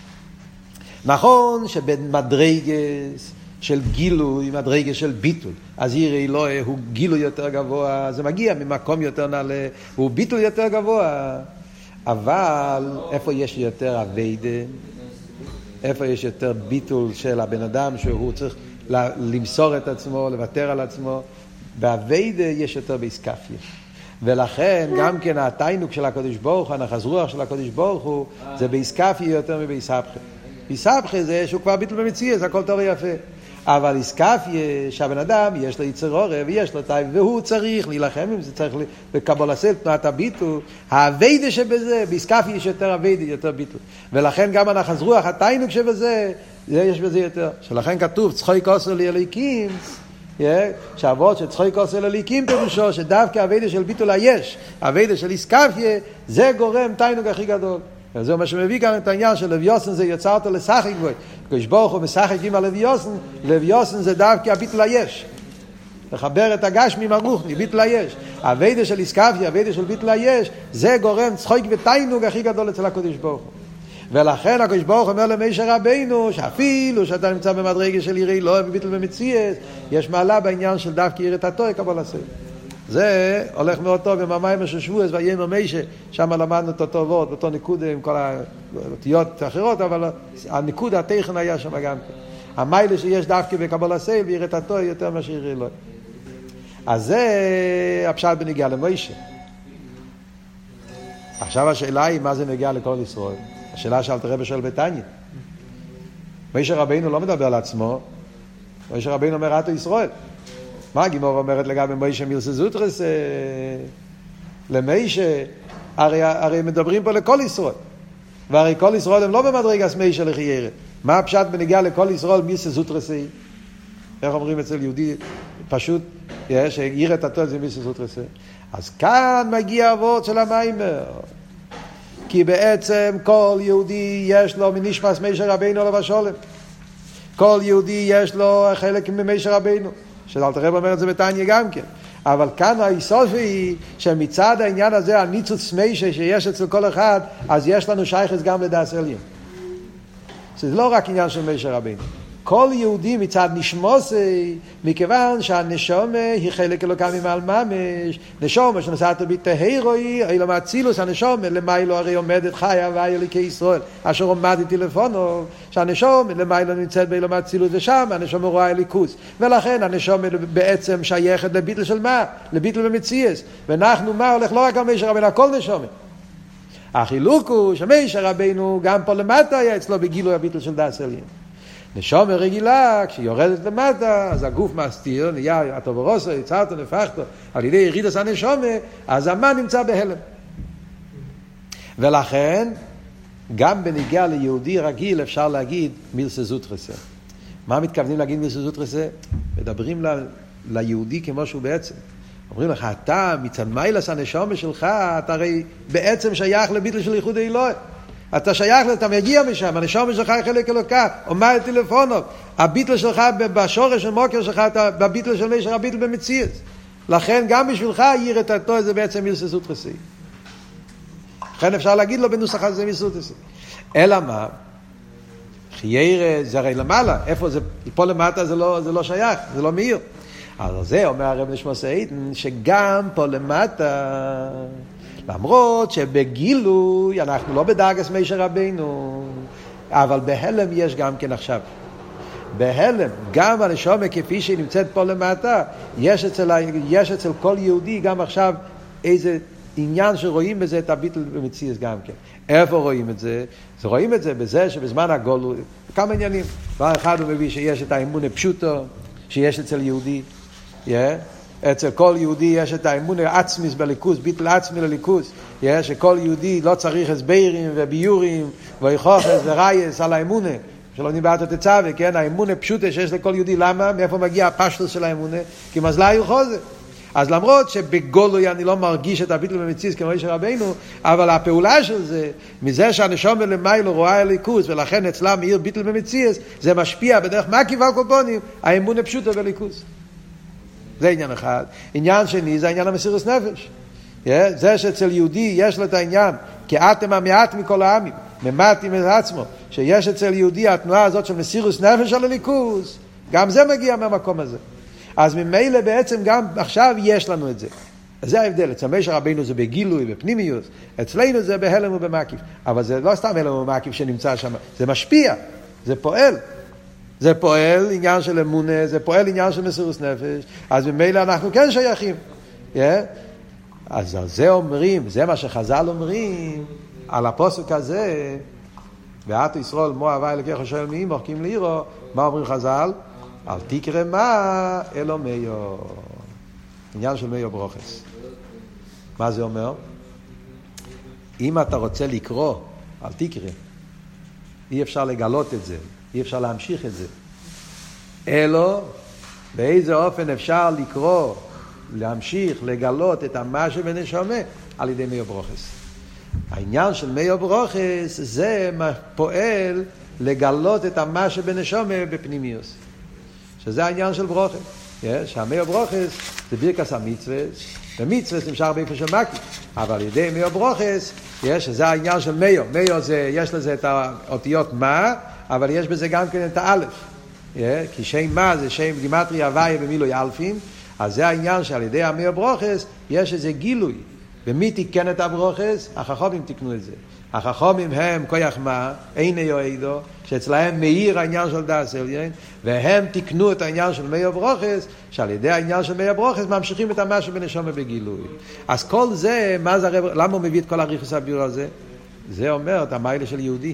נכון שבמדרגס של גילוי, מדרגה של ביטול, אז ירא אלוהי הוא גילוי יותר גבוה, זה מגיע ממקום יותר נעלה, הוא ביטול יותר גבוה. אבל איפה יש יותר עבודה, איפה יש יותר ביטול של הבן אדם שהוא צריך למסור את עצמו, לוותר על עצמו, בעבודה יש יותר באיסקפיה. ולכן גם כן התיינוק של הקדוש ברוך הוא, הנחס רוח של הקדוש ברוך הוא, זה באיסקפיה יותר מבאיסבכה. איסבכה זה שהוא כבר ביטול במציאות, זה הכל טוב ויפה. אבל איסקפיה, שהבן אדם יש לו יצר אור ויש לו טייב, והוא צריך להילחם עם זה, צריך לקבול הסל, תנועת הביטול, העבודה שבזה, באיסקפיה יש יותר עבודה, יותר ביטול. ולכן גם הנחס רוח, התיינוק שבזה, יש בזה יותר. שלכן כתוב, צחוי כוסר לאליקים, שהעבוד שצחוי כוסר לאליקים פירושו, שדווקא העבודה של ביטול היש, העבודה של איסקפיה, זה גורם תיינוק הכי גדול. וזה מה שמביא גם את העניין של לוויוסן זה יצא אותו לשחק בו. כשברוך הוא משחק עם הלוויוסן, לוויוסן זה דווקא הביטול היש. לחבר את הגשמי עם הרוחני, ביטל היש. הווידה של איסקפיה, הווידה של ביטל היש, זה גורם צחוק ותיינוג הכי גדול אצל הקדוש ברוך הוא. ולכן הקדוש ברוך אומר למשה רבינו, שאפילו שאתה נמצא במדרגה של יראי אלוהים וביטל במציאות, יש מעלה בעניין של דווקא יראת התורה קבל עשה. זה הולך מאוד טוב עם המים של שבועס ויאמר משה, שם למדנו את אותו וורט, אותו נקודה עם כל האותיות האחרות, אבל הנקודה, הטכן היה שם גם כן. המיילה שיש דווקא בקבל עשה ויראת התורה יותר מאשר יראי אלוהים. אז זה הפשט בנגיעה למשה. עכשיו השאלה היא מה זה נגיע לכל ישראל. השאלה שאלת רבי שואל בתניא. משה רבינו לא מדבר על עצמו, משה רבינו אומר אתו ישראל. מה הגימור אומרת לגבי משה מילסא זוטרס למשה? הרי, הרי מדברים פה לכל ישראל. והרי כל ישראל הם לא במדרגת משה לחיירה. מה הפשט בנגיע לכל ישראל מילסא זוטרס? איך אומרים אצל יהודי פשוט, שירא את התורה זה מילסא זוטרס. אז כאן מגיע הוורד של המיימר. כי בעצם כל יהודי יש לו מנשמת משה רבינו עליו השלום. כל יהודי יש לו חלק ממשה רבינו. שאלתר רב אומר את זה בתניא גם כן. אבל כאן היסוד היא שמצד העניין הזה, הניצוץ משה שיש אצל כל אחד, אז יש לנו שייכות גם לדעת עליון. זה לא רק עניין של משה רבינו. כל יהודי מצד נשמוסי, מכיוון שהנשום היא חלק אלוקם ממעל ממש, נשום שנוסעת בטהירוי, אילו מאצילוס הנשום, למיילו הרי עומדת חיה ואי אליקי ישראל, אשר עומדתי לפונו, שהנשום למיילו נמצאת באילו מאצילוס ושם, הנשום רואה אליקוס, ולכן הנשום בעצם שייכת לביטל של מה? לביטל במציאס, ואנחנו מה הולך לא רק על משה רבינו, הכל נשום. החילוק הוא שמשה רבינו גם פה למטה היה אצלו בגילוי הביטל של דעת עליון. נשום רגילה, כשהיא יורדת למטה, אז הגוף מסתיר, נהיה הטוברוסו, יצרתו, נפחתו, על ידי ירידס הנשום, אז המן נמצא בהלם. ולכן, גם בניגיע ליהודי רגיל אפשר להגיד מילסא זוטרס. מה מתכוונים להגיד מילסא זוטרס? מדברים ל, ליהודי כמו שהוא בעצם. אומרים לך, אתה מצד מיילס הנשום שלך, אתה הרי בעצם שייך לביטל של ייחוד אלוהים. אתה שייך, אתה מגיע משם, הנשום שלך היא חלק אלוקה, עומד טלפונו, הביטל שלך בשורש של מוקר שלך, אתה בביטל של משה הביטל במציאות. לכן גם בשבילך יראת התורה זה בעצם מילסא זוטרס. לכן אפשר להגיד לו בנוסח הזה מילסא זוטרס. אלא מה? חיירה זה הרי למעלה, איפה זה, פה למטה זה לא, זה לא שייך, זה לא מאיר. אז זה אומר הרב נשמע סעידן, שגם פה למטה, למרות שבגילוי אנחנו לא בדרגת משה רבינו, אבל בהלם יש גם כן עכשיו. בהלם, גם הנשמה כפי שהיא נמצאת פה למטה, יש אצל, יש אצל כל יהודי גם עכשיו איזה עניין שרואים בזה את הביטל במציאות גם כן. איפה רואים את זה? אז רואים את זה בזה שבזמן הגולו, כמה עניינים. דבר אחד הוא מביא שיש את האמונה פשוטו, שיש אצל יהודי, yeah. אצל כל יהודי יש את האמונה עצמיס בליכוס, ביטל עצמי לליכוס, yeah. שכל יהודי לא צריך הסברים וביורים ויחוחס ורייס על האמונה, שלא ניבאת את הצווה, כן? האמונה פשוטה שיש לכל יהודי, למה? מאיפה מגיע הפשטוס של האמונה? כי מזלה יוחוזה. אז למרות שבגולוי אני לא מרגיש את הביטל במציאות כמו משה רבינו, אבל הפעולה של זה, מזה שהנשמה למיילו רואה הליכוס, ולכן אצלם עיר ביטל במציאות, זה משפיע בדרך מה קיבל קופונים, האמונה פשוטה בליכוס. זה עניין אחד. עניין שני זה העניין המסירות נפש. Yeah, זה שאצל יהודי יש לו את העניין, כי אתם המעט מכל העמים, ממעטים את עצמו, שיש אצל יהודי התנועה הזאת של מסירות נפש על הליכוס, גם זה מגיע מהמקום הזה. אז ממילא בעצם גם עכשיו יש לנו את זה. זה ההבדל. אצל משה רבינו זה בגילוי, בפנימיות. אצלנו זה בהלם ובמקיף. אבל זה לא סתם הלם ובמקיף שנמצא שם. זה משפיע. זה פועל. זה פועל עניין של אמונה, זה פועל עניין של מסירות נפש. אז ממילא אנחנו כן שייכים. Yeah? אז על זה אומרים, זה מה שחז"ל אומרים, על הפסוק הזה, ואתו ישראל מו הווה אלוקיך שואל מי מוחקים לעירו, מה אומרים חז"ל? אל תקרא מה אלו מיו. עניין של מיו ברוכס. מה זה אומר? אם אתה רוצה לקרוא, אל תקרא. אי אפשר לגלות את זה. אי אפשר להמשיך את זה. אלו, באיזה אופן אפשר לקרוא, להמשיך, לגלות את מה שבנשמה על ידי מיו ברוכס. העניין של מיו ברוכס זה פועל לגלות את מה שבנשמה בפנימיוס. שזה העניין של ברוכה. שהמאיר ברוכס זה בירקס המצווה, ומצווה זה נמשך באיפה של מקי, אבל על ידי מאיר ברוכס, שזה העניין של מאיר, מאיר זה, יש לזה את האותיות מה, אבל יש בזה גם כן את האלף, כי שם מה זה שם גימטרי הוויה במילוי אלפין, אז זה העניין שעל ידי המאיר ברוכס יש איזה גילוי, ומי תיקן את הברוכס? החכמים תיקנו את זה. החכמים הם כוח מה, איני יועדו, שאצלהם מאיר העניין של דאס עליון, והם תיקנו את העניין של מאיר ברוכס, שעל ידי העניין של מאיר ברוכס ממשיכים את המשהו בנשמה בגילוי. אז כל זה, מה זה הרב, למה הוא מביא את כל הריחוס הביור הזה? זה אומר את המיילה של יהודי.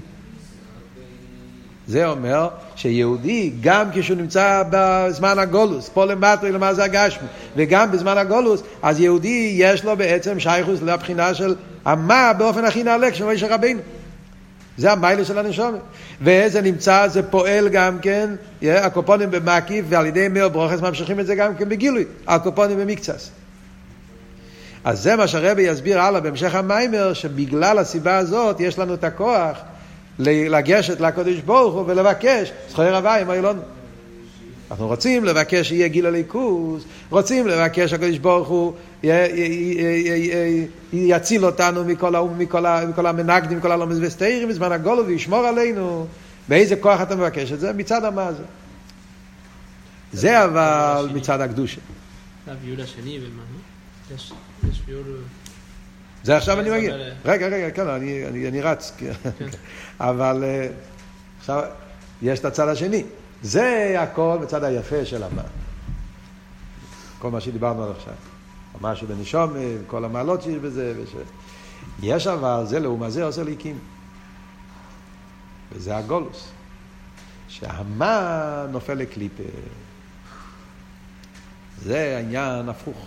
זה אומר שיהודי, גם כשהוא נמצא בזמן הגולוס, פה למטה למה זה הגשמי, וגם בזמן הגולוס, אז יהודי יש לו בעצם שייכוס לבחינה של המה באופן הכי נעלה כשם משה רבינו. זה המיילה של הנשמה. וזה נמצא, זה פועל גם כן, הקופונים במקיף, ועל ידי מאיר ברוכס ממשיכים את זה גם כן בגילוי, הקופונים במקצס. אז זה מה שהרבי יסביר הלאה בהמשך המיימר, שבגלל הסיבה הזאת יש לנו את הכוח לגשת לקדוש ברוך הוא ולבקש זכויות הוויה מהעליון. אנחנו רוצים לבקש שיהיה גיל הליכוז, רוצים לבקש שהקדוש ברוך הוא יציל אותנו מכל המנגדים, מכל הלומד וסתירים בזמן הגולו וישמור עלינו. באיזה כוח אתה מבקש את זה? מצד המה זה. זה אבל מצד הקדושה. זה הביול השני ומה? יש ביול... זה עכשיו אני מגיע. רגע, רגע, כן, אני, אני, אני רץ. אבל עכשיו יש את הצד השני. זה הכל בצד היפה של המה. כל מה שדיברנו עד עכשיו. משהו בנשום, כל המעלות שיש בזה. וש... יש אבל, זה לעומה זה עושה ליקים. וזה הגולוס. שהמה נופל לקליפה. זה העניין הפוך.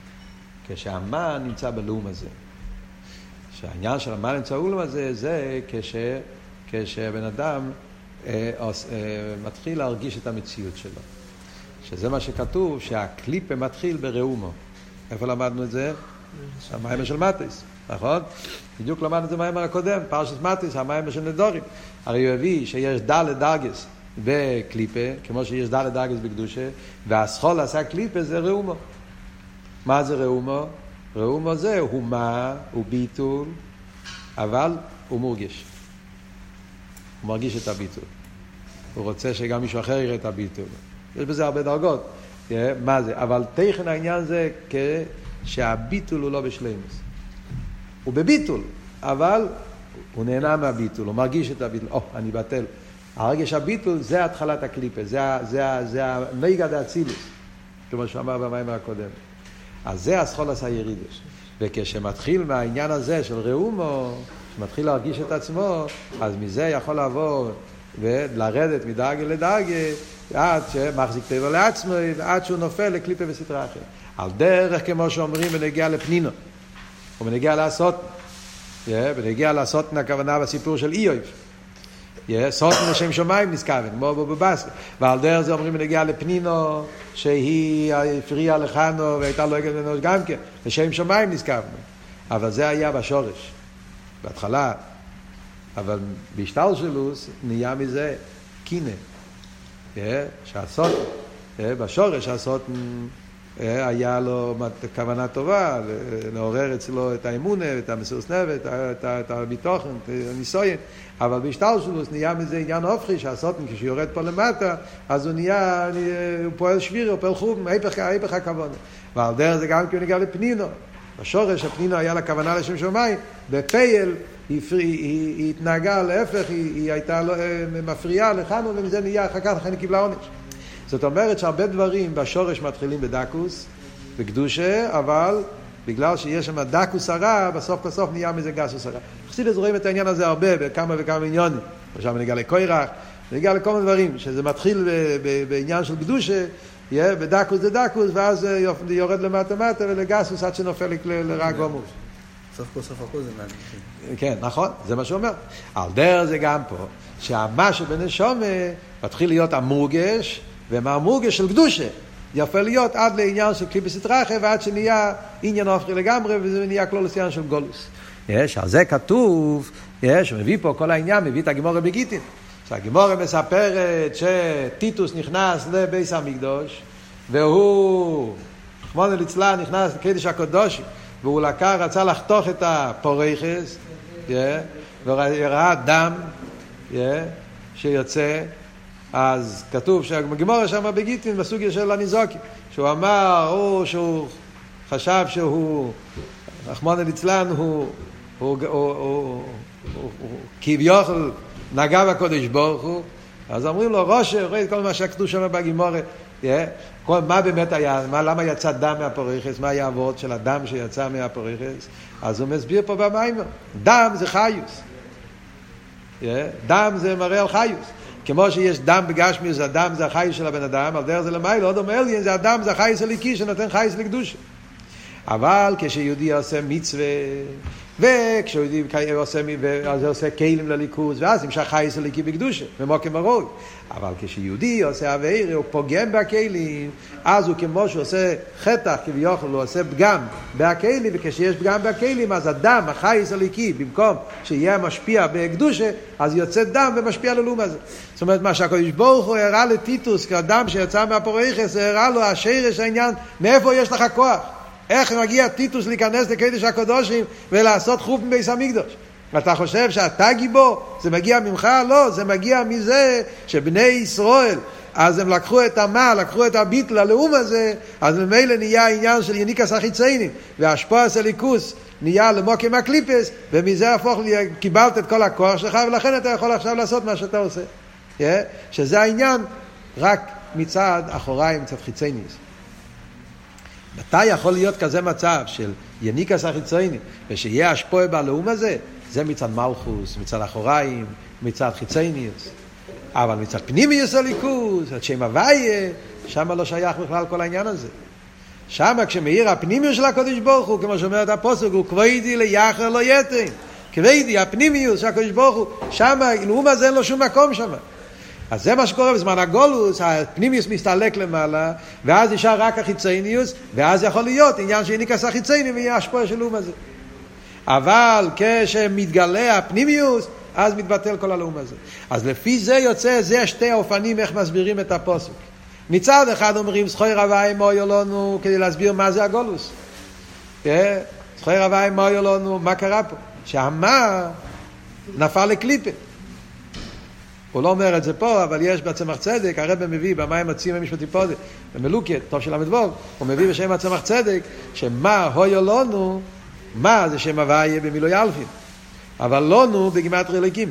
כשהמה נמצא בלאום הזה. שהעניין של המה נמצא בלאום הזה, זה כש, כשבן אדם אה, אה, מתחיל להרגיש את המציאות שלו. שזה מה שכתוב, שהקליפה מתחיל בראומו. איפה למדנו את זה? המיימר של מטריס, נכון? בדיוק למדנו את זה במיימר הקודם, פרשת מטריס, המיימר של נדורים. הרי הוא הביא שיש דלת דרגס בקליפה, כמו שיש דלת דרגס בקדושה, והסחול עשה קליפה זה ראומו. מה זה ראומו? ראומו זה הוא מה, הוא ביטול, אבל הוא מורגש. הוא מרגיש את הביטול. הוא רוצה שגם מישהו אחר יראה את הביטול. יש בזה הרבה דרגות. מה זה? אבל תכן העניין זה שהביטול הוא לא בשלמות. הוא בביטול, אבל הוא נהנה מהביטול, הוא מרגיש את הביטול. או, אני בטל. הרגש הביטול זה התחלת הקליפה, זה, זה, זה המייגה דאצילוס, כמו שאמר במיימר הקודם. אז זה הסחול עשה ירידש. וכשמתחיל מהעניין הזה של ראומו, שמתחיל להרגיש את עצמו, אז מזה יכול לעבור ולרדת מדרגה לדרגה, עד שמחזיק טבע לעצמו, עד שהוא נופל לקליפה וסתרה אחרת. על דרך כמו שאומרים בנגיע לפנינו, ובנגיע לעשות, בנגיע לעשות הכוונה בסיפור של איוב. סוטן לשם שמיים נזכוון, כמו בבבסקה. ועל דרך זה אומרים בנגיע לפנינו, שהיא הפריעה לכנו והייתה לו אגד בנוש גם כן, לשם שמיים נזכוון. אבל זה היה בשורש, בהתחלה. אבל בהשתל שלוס נהיה מזה קינה. שהסוטן, בשורש הסוטן היה לו כוונה טובה, לעורר אצלו את האמונה, את המסוס נפש, את הביטוחן, את הניסויין. אבל בהשתל שלוס נהיה מזה עניין הופכי, שהסוטן כשיורד פה למטה, אז הוא נהיה, הוא פועל שבירי, הוא פועל חום, ההיפך הכוונה. ועל דרך זה גם כי הוא נגיע לפנינו. בשורש הפנינו היה לה כוונה לשם שמיים, בפייל היא, היא, היא, היא התנהגה להפך, היא, היא הייתה לא, מפריעה לכנו, ומזה נהיה אחר כך, לכן היא קיבלה עונש. זאת אומרת שהרבה דברים בשורש מתחילים בדקוס, בקדושה, אבל בגלל שיש שם דקוס הרע, בסוף בסוף נהיה מזה גסוס הרע. חסידות רואים את העניין הזה הרבה, בכמה וכמה עניונים. עכשיו נגיע לקוירח, נגיע לכל מיני דברים, שזה מתחיל ב- ב- בעניין של קדושה, יהיה בדקוס זה דקוס, ואז יורד למטה מטה ולגסוס עד שנופל לרע גמור. סוף כל סוף הכל זה מעניין. כן, נכון, זה מה שאומר. על דרך זה גם פה, שהמה שבנשום מתחיל להיות המורגש, ומהמורגש של קדושה יפה להיות עד לעניין של קליפה סתרחה, ועד שנהיה עניין הופכי לגמרי, וזה נהיה כלולוס עניין של גולוס. יש, על זה כתוב, יש, מביא פה כל העניין, מביא את הגמורה בגיטין. שהגמורה מספרת שטיטוס נכנס לבית המקדוש, והוא, רחמנא ליצלן, נכנס לקדש הקודש, והוא לקח, רצה לחתוך את הפורייכס, yeah, וראה דם yeah, שיוצא, אז כתוב שהגמרא שם בגיטין בסוגיה של הניזוקים, שהוא אמר, או שהוא חשב שהוא, רחמנא ליצלן, הוא, הוא, הוא, הוא, הוא, הוא, הוא כביכול נגע בקודש ברוך הוא, אז אומרים לו, ראשה, רואה את כל מה שכתוב שם בגמרא, yeah, כל, מה באמת היה, מה, למה יצא דם מהפורייכס, מה היה העבוד של הדם שיצא מהפורייכס, אז הוא מסביר פה במיימר, דם זה חיוס, yeah, דם זה מראה על חיוס, כמו שיש דם בגשמיוס, הדם זה החייס של הבן אדם, על דרך זה למעלה, עוד אומר לי, זה הדם זה החייס הליקי שנותן חייס לקדושה. אבל כשיהודי עושה מצווה, וכשיהודי עושה, עושה כלים לליכוז, ואז נמשך חייס הליקי בקדושה, במוקם הרוי. אבל כשיהודי עושה עבירה, הוא פוגם בכלים, אז הוא כמו שהוא עושה חטח, כביכול, הוא עושה פגם בכלים, וכשיש פגם בכלים, אז הדם, החייס הליקי, במקום שיהיה משפיע בקדושה, אז יוצא דם ומשפיע ללום הזה. זאת אומרת, מה שהקדוש ברוך הוא הראה לטיטוס, כאדם שיצא מהפורייכס, הראה לו השרש העניין, מאיפה יש לך כוח? איך מגיע טיטוס להיכנס לקדש הקודשים ולעשות חוף מבית המקדש? אתה חושב שאתה גיבור? זה מגיע ממך? לא, זה מגיע מזה שבני ישראל, אז הם לקחו את המה, לקחו את הביטל, הלאום הזה, אז ממילא נהיה העניין של יניקס החיציינים, והשפוע סליקוס נהיה למוקם הקליפס, ומזה הפוך, קיבלת את כל הכוח שלך, ולכן אתה יכול עכשיו לעשות מה שאתה עושה. Yeah? שזה העניין רק מצד אחוריים, מצד חיצייניס. מתי יכול להיות כזה מצב של יניקס החיציינים, ושיהיה השפוע בלאום הזה? זה מצד מלכוס, מצד אחוריים, מצד חיצייניס. אבל מצד פנימיוס הליכוז, את שם הוויה, שם לא שייך בכלל כל העניין הזה. שם כשמאיר הפנימיוס של הקדוש ברוך הוא, כמו שאומרת הפסוק, הוא כבודי ליחר לא יתן. כבודי, הפנימיוס של הקדוש ברוך הוא, שם, לאום הזה אין לו שום מקום שם. אז זה מה שקורה בזמן הגולוס, הפנימיוס מסתלק למעלה, ואז נשאר רק החיצייניוס, ואז יכול להיות עניין שניקס החיצייני ויהיה השפוע של לאום הזה. אבל כשמתגלה הפנימיוס, אז מתבטל כל הלאום הזה. אז לפי זה יוצא, זה שתי האופנים איך מסבירים את הפסוק. מצד אחד אומרים, זכוי רבי מויו לנו, כדי להסביר מה זה הגולוס. זכוי רבי מויו לנו, מה קרה פה? שהמה נפל לקליפה. הוא לא אומר את זה פה, אבל יש בצמח צדק, הרב מביא במים עצים המשפטי פה, במלוקת, טוב של המדבוב, הוא מביא בשם הצמח צדק, שמה הויו לנו, מה זה שם הוויה במילוי אלפים, אבל לנו בגימטריה אליקים.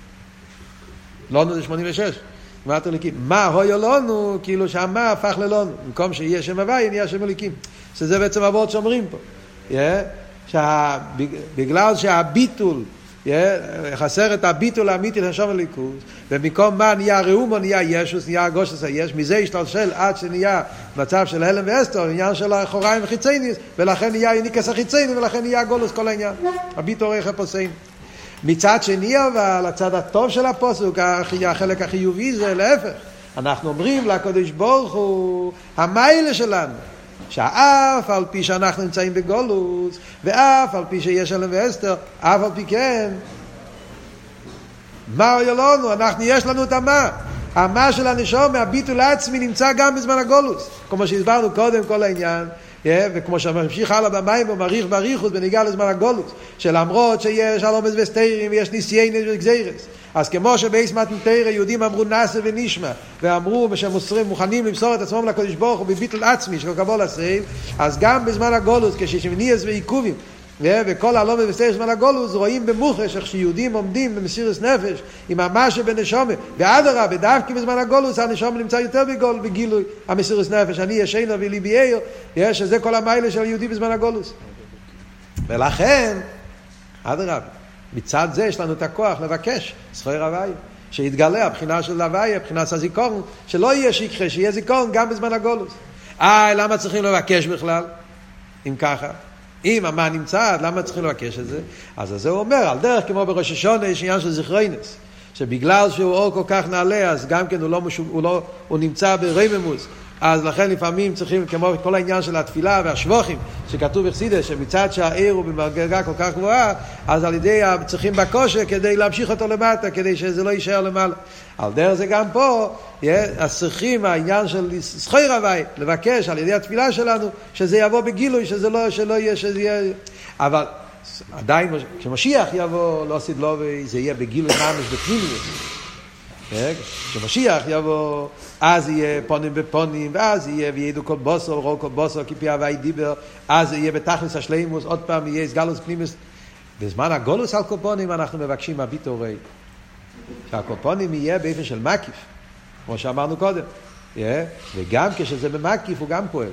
לנו זה שמונים ושש, גימטריה אליקים. מה הויו לנו, כאילו שהמה הפך ללנו, במקום שיהיה שם הוויה, נהיה שם אליקים. שזה בעצם עבוד שאומרים פה. Yeah? שה... בגלל שהביטול, yeah? חסר את הביטול האמיתי לשם הליכוז, ובמקום מה נהיה ראומו, נהיה ישוס, נהיה גושס היש, מזה ישתלשל עד שנהיה מצב של הלם ואסתר, עניין של אחוריים וחיצייניס, ולכן נהיה יניקס החיצייני, ולכן נהיה גולוס כל העניין. הביטול ריח הפוסעים. מצד שני, אבל הצד הטוב של הפוסוק, החלק החיובי זה להפך. אנחנו אומרים לקדוש ברוך הוא, המיילה שלנו, שאף על פי שאנחנו נמצאים בגולוס, ואף על פי שיש הלם ואסתר, אף על פי כן, מה הוא לנו? אנחנו, יש לנו את המה. המה של הנשום, מהביטול העצמי, נמצא גם בזמן הגולוס. כמו שהסברנו קודם כל העניין, וכמו שממשיך הלאה במים, הוא מריך בריחוס בניגע לזמן הגולוס, שלמרות שיש הלומס וסתירים, ויש ניסיינס וגזירס, אז כמו שבאיס מתנתר יהודים אמרו נעשה ונשמע, ואמרו שהם מוכנים למסור את עצמם לקדוש ברוך הוא בביטול עצמי של קבול הסייב, אז גם בזמן הגולוס, כששמניאס ועיכובים, וכל הלומס וסתירים בזמן הגולוס, רואים במוחש איך שיהודים עומדים במסירות נפש, עם המשהו בנשומה, ואדרה, בדווקא בזמן הגולוס, הנשומה נמצא יותר בגול, בגילוי המסירות נפש, אני ישנו וליבי איר, שזה כל המיילה של היהודי בזמן הגולוס. ולכן, אדרה, מצד זה יש לנו את הכוח לבקש זכוי רבי, שיתגלה הבחינה של הווי, הבחינה של הזיכרון, שלא יהיה שיקחה, שיהיה זיכרון גם בזמן הגולוס. אה, למה צריכים לבקש בכלל? אם ככה, אם המה נמצא, למה צריכים לבקש את זה? אז זה הוא אומר, על דרך כמו בראש השונה, יש עניין של זכרינס, שבגלל שהוא אור כל כך נעלה, אז גם כן הוא, לא משוב, הוא, לא, הוא נמצא ברממוס, אז לכן לפעמים צריכים, כמו כל העניין של התפילה והשבוחים, שכתוב בחסידות, שמצד שהעיר הוא במדרגה כל כך גבוהה, אז על ידי צריכים בכושר כדי להמשיך אותו למטה, כדי שזה לא יישאר למעלה. על דרך זה גם פה, אז צריכים העניין של זכוי רבי, לבקש על ידי התפילה שלנו, שזה יבוא בגילוי, שזה לא, שלא יהיה, שזה יהיה, אבל עדיין, כשמשיח יבוא, לא עשית לו, זה יהיה בגילוי ממש בפנימיות. כשמשיח יבוא, אז יהיה פונים בפונים, ואז יהיה וידעו כל בוסו, רואו כל בוסו, כפי הווי דיבר, אז יהיה בתכלס השלימוס, עוד פעם יהיה סגלוס פנימוס. בזמן הגולוס על קופונים אנחנו מבקשים הביטו ראי. שהקופונים יהיה באופן של מקיף, כמו שאמרנו קודם. וגם כשזה במקיף הוא גם פועל.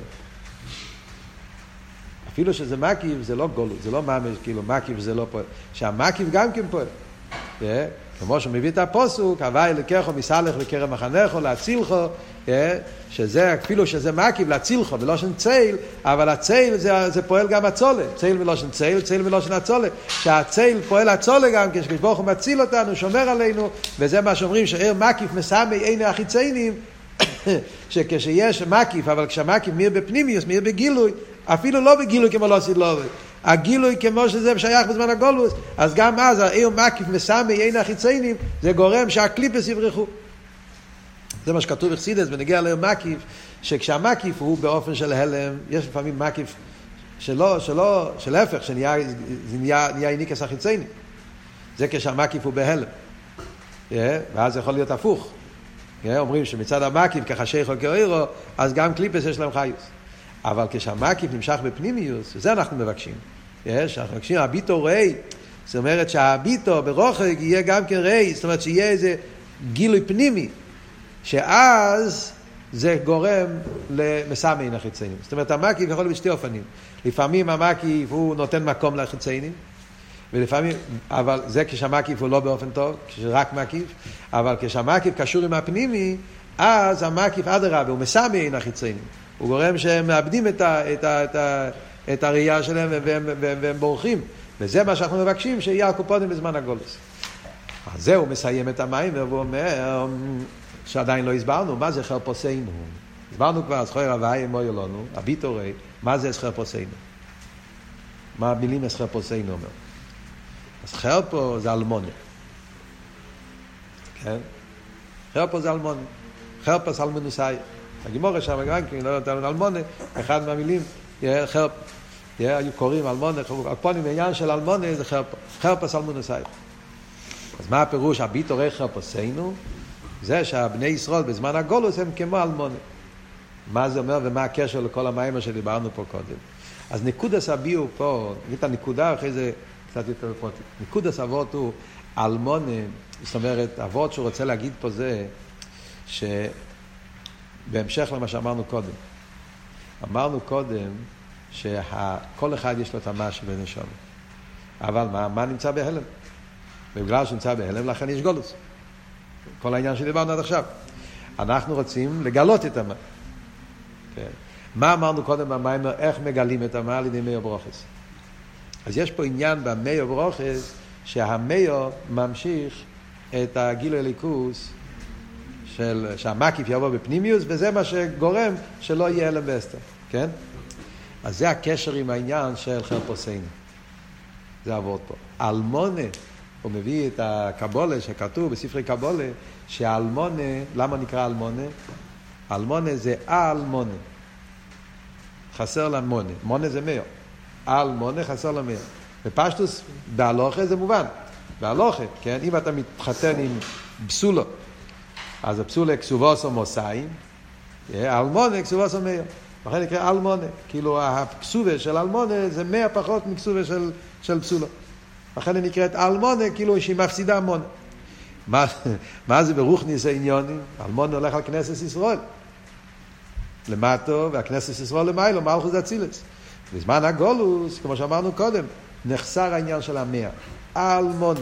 אפילו שזה מקיף זה לא גולוס, זה לא ממש, כאילו מקיף זה לא פועל. שהמקיף גם כן פועל. כמו שמביא את הפוסוק, הווי לקחו מסלך וקרם מחנכו, להצילכו, שזה, אפילו שזה מקיף, להצילכו, ולא שן צייל, אבל הצייל זה, זה פועל גם הצולה, צייל ולא שן צייל, צייל ולא שן הצולה, שהצייל פועל הצולה גם, כשברוך הוא מציל אותנו, שומר עלינו, וזה מה שאומרים, שעיר מקיף מסמי עיני החיציינים, שכשיש מקיף, אבל כשהמקיף מיר בפנימיוס, מיר בגילוי, אפילו לא בגילוי כמו לא עשית לו, הגילוי כמו שזה שייך בזמן הגולוס, אז גם אז העיר מקיף מסמי עין החיציינים, זה גורם שהקליפס יברחו. זה מה שכתוב בחסידות ונגיע לעיר מקיף, שכשהמקיף הוא באופן של הלם, יש לפעמים מקיף שלא, שלא, שלהפך, שנהיה, זה נהיה, נהיה עיניקס החיציינים. זה כשהמקיף הוא בהלם. ואז זה יכול להיות הפוך. אומרים שמצד המקיף כחשי חוקי אוירו, אז גם קליפס יש להם חיוס. אבל כשהמקיף נמשך בפנימיוס, וזה אנחנו מבקשים. יש, אנחנו מבקשים, הביטו ראי, זאת אומרת שהביטו ברוחק יהיה גם כן ראי, זאת אומרת שיהיה איזה גילוי פנימי, שאז זה גורם למסמין החיציינים. זאת אומרת, המקיף יכול להיות בשתי אופנים. לפעמים המקיף הוא נותן מקום לחיציינים, ולפעמים, אבל זה כשהמקיף הוא לא באופן טוב, כשרק מקיף, אבל כשהמקיף קשור עם הפנימי, אז המקיף אדרבה, הוא מסמין החיציינים. הוא גורם שהם מאבדים את, ה, את, ה, את, ה, את הראייה שלהם והם, והם, והם בורחים. וזה מה שאנחנו מבקשים, שיהיה הקופונים בזמן הגולוס. אז זהו, מסיים את המים, והוא אומר שעדיין לא הסברנו, מה זה חרפוסינו? הסברנו כבר, זכוי רבי אמור לנו, הביטו ראי, מה זה חרפוסינו? מה המילים חרפוסינו אומר? אז חרפו זה אלמונה. כן? חרפו זה אלמונה. חרפו זה אלמנוסאי. הגימורה שם גם כן, לא נתנו אלמונה, אחד מהמילים, חרפ, היו קוראים אלמונה, הפונים בעניין של אלמונה זה חרפ, חרפס אלמונוסאי. אז מה הפירוש, הביטו ראי חרפוסינו? זה שהבני ישראל בזמן הגולוס הם כמו אלמונה. מה זה אומר ומה הקשר לכל המיימר שדיברנו פה קודם? אז נקודס הביאו פה, נגיד את הנקודה אחרי זה קצת יותר פרוטי. נקודס אבות הוא אלמונה, זאת אומרת, אבות שהוא רוצה להגיד פה זה, ש... בהמשך למה שאמרנו קודם. אמרנו קודם שכל אחד יש לו את המשהו בנשום. אבל מה, מה נמצא בהלם? בגלל שנמצא בהלם, לכן יש גולוס. כל העניין שדיברנו עד עכשיו. אנחנו רוצים לגלות את המה. כן. מה אמרנו קודם במיימר? איך מגלים את המה על ידי מאיר ברוכס? אז יש פה עניין במאיר ברוכס, שהמאיר ממשיך את הגילוי הליכוס, של שהמקיף יבוא בפנימיוס, וזה מה שגורם שלא יהיה הלם ואסתר, כן? אז זה הקשר עם העניין של חרפוסינו. זה עבוד פה. אלמונה, הוא מביא את הקבולה שכתוב בספרי קבולה, שהאלמונה, למה נקרא אלמונה? אלמונה זה אלמונה. חסר לה מונה. מונה זה מאיר. אלמונה חסר לה מאיר. בפשטוס, בהלוכה זה מובן. בהלוכה, כן? אם אתה מתחתן עם בסולו, אז הפסולה כסובוס או מוסיים, אלמונה כסובוס או מאיר. לכן נקרא אלמונה. כאילו הכסובה של אלמונה זה מאה פחות מכסובה של, של פסולה. לכן היא נקראת אלמונה, כאילו שהיא מפסידה מונה. מה, מה זה ברוחניס העניונים? אלמונה הולך על כנסת ישראל. למטו, והכנסת ישראל למיילו, מלכות אצילס. בזמן הגולוס, כמו שאמרנו קודם, נחסר העניין של המאה. אלמונה.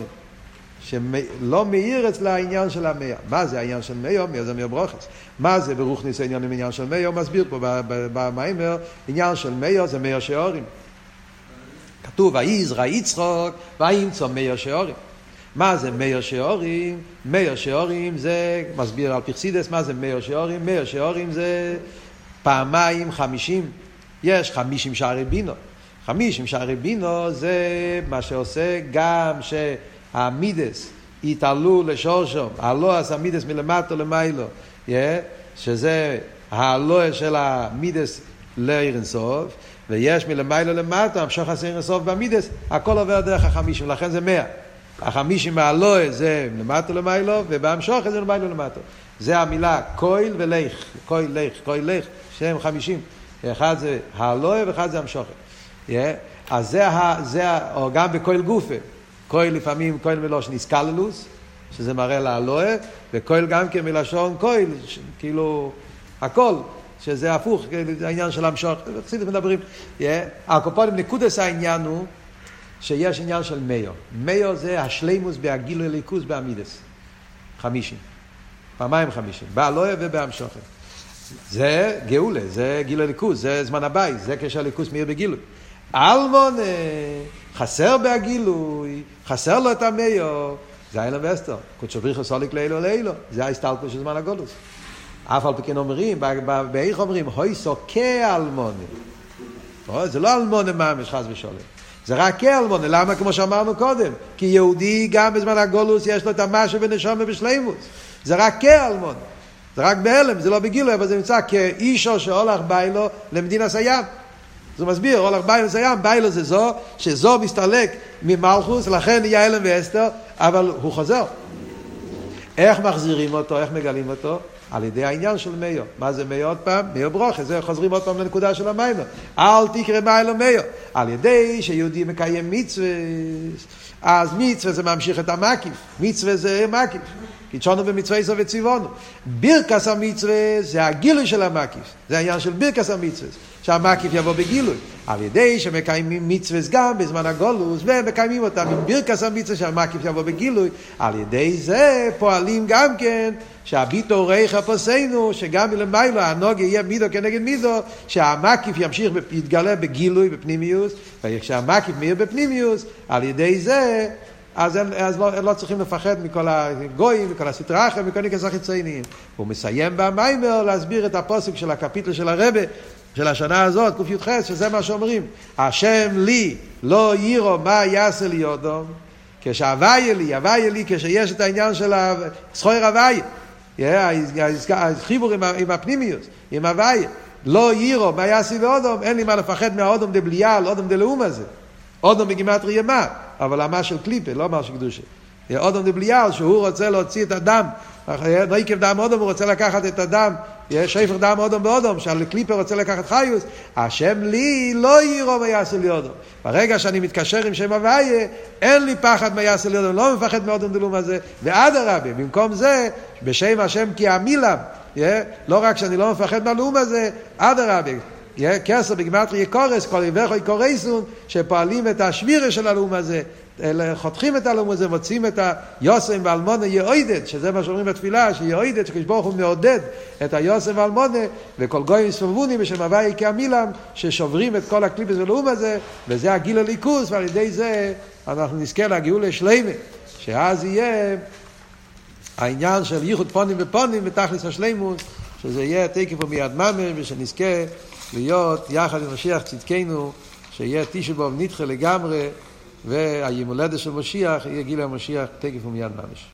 שלא מאיר אצלה העניין של המאה. מה זה העניין של מאיר? מאיר זה מאיר ברוכס. מה זה ברוחניס העניין עם עניין של מאיר? מסביר פה במיימר, עניין של מאיר זה מאיר שעורים. כתוב, ויזרע יצחק וימצא מאיר שעורים. מה זה מאיר שעורים? מאיר שעורים זה, מסביר על פרסידס, מה זה מאיר שעורים? מאיר שעורים זה, פעמיים חמישים, יש חמישים שערי בינו. חמישים שערי בינו זה מה שעושה גם שהמידס יתעלו לשורשום, הלועס המידס מלמטו למיילו, yeah, שזה הלועס של המידס לעיר אינסוף, ויש מלמיילו למטו, המשוך עשה עיר אינסוף במידס, הכל עובר דרך החמישים, לכן זה מאה. החמישים מהלועס זה למטו למיילו, ובהמשוך זה למיילו למטו. זה המילה קויל ולך, קויל לך, קויל לך, שהם חמישים. אחד זה הלועס ואחד זה המשוך. Yeah. אז זה, זה, או גם בקויל גופה, קויל לפעמים קויל מלושן איסקללוס, שזה מראה להלואה, וקויל גם כן מלשון קויל, כאילו הכל, שזה הפוך, העניין של המשוך, חסידות מדברים. הקופונים נקודס העניין הוא שיש עניין של מאיו. מאיו זה השלימוס בהגילוי ליכוס בעמידס. חמישים. פעמיים חמישים. בהלואה ובהמשוך. זה גאולה, זה גילוי ליכוס, זה זמן הבית, זה קשר ליכוס מאיר בגילוי. אלמון חסר בהגילוי, חסר לו את המאיו, זה אילם ואסתר. קודשו בריך סוליק לאילו לאילו. זה ההסתלקות של זמן הגולוס. אף על פי כן אומרים, באיך אומרים, הוי סו כאלמונה. זה לא אלמונה ממש חס ושולם. זה רק כאלמונה. למה? כמו שאמרנו קודם. כי יהודי גם בזמן הגולוס יש לו את המשהו ונשום ובשלימוס. זה רק כאלמונה. זה רק בהלם, זה לא בגילוי, אבל זה נמצא כאישו שהולך ביילו למדינה סיים. זה מסביר, הולך ביילו סיים, ביילו זה זו, שזו מסתלק ממלכוס, לכן יהיה הלם ואסתר, אבל הוא חוזר. איך מחזירים אותו, איך מגלים אותו? על ידי העניין של מאיו. מה זה מאיו עוד פעם? מאיו ברוכה, זה חוזרים עוד פעם לנקודה של המיינו. אל תקרא מאיו מאיו. על ידי שיהודי מקיים מצווה, אז מצווה זה ממשיך את המקיף. מצווה זה מקיף. קידשנו במצווה איסו וציוונו. בירקס המצווה זה הגילוי של המקיף. זה העניין של בירקס המצווה. שהמקיף יבוא בגילוי. על ידי שמקיימים מצווה גם בזמן הגולוס, ומקיימים אותם עם בירקס המצווה שהמקיף יבוא בגילוי. על ידי זה פועלים גם כן שהביטו ריחה פוסנו, שגם מלמיילו הנוג יהיה מידו כנגד מידו, שהמקיף ימשיך, יתגלה בגילוי, בפנימיוס, וכשהמקיף מאיר בפנימיוס, על ידי זה, אז, אז לא, לא צריכים לפחד מכל הגויים, מכל הסטרחם, מכל ניקס החיצוניים. הוא מסיים במיימר להסביר את הפוסק של הקפיטל של הרבי, של השנה הזאת, קוף י"ח, שזה מה שאומרים. השם לי לא יירו מה יעשה לי אודום, כשהוויה לי, הוויה לי, כשיש את העניין של זכויר הוויה, החיבור עם הפנימיוס, עם הוויה, לא יירו מה יעשה לי אודום, אין לי מה לפחד מהאודום דבליאל, אודום דלאום הזה. אודום בגימטרי ימה, אבל המה של קליפה, לא מה של קדושה. אודום דבליאל, שהוא רוצה להוציא את הדם, נויקב דם אודום, הוא רוצה לקחת את הדם, יש שפר דם אודום באודום, שעל קליפה רוצה לקחת חיוס, השם לי לא יירו מה יעשה לי אודום. ברגע שאני מתקשר עם שם הוויה, אין לי פחד מה יעשה לי אודום, לא מפחד מאודום דלאום הזה, ועד הרבי, במקום זה, בשם השם כי המילם, לא רק שאני לא מפחד מהלאום הזה, עד הרבי, כסר בגמטרי יקורס, כל יברכו יקורסון, שפועלים את השבירה של הלאום הזה, חותכים את הלאום הזה, מוצאים את היוסם והאלמונה יעודד, שזה מה שאומרים בתפילה, שיעודד, שכשבוך הוא מעודד את היוסם והאלמונה, וכל גויים סבבוני בשם הוויה כעמילם, ששוברים את כל הקליפס והלאום הזה, וזה הגיל הליכוס, ועל ידי זה אנחנו נזכה לגאולה שלמה, שאז יהיה העניין של ייחוד פונים ופונים, ותכלס השלימוס, שזה יהיה תקף ומיד ממש, ושנזכה להיות יחד עם משיח צדקנו, שיהיה תשע באב נדחה לגמרי, והיום הולדת של משיח יהיה גיל המשיח תקף ומיד ממש.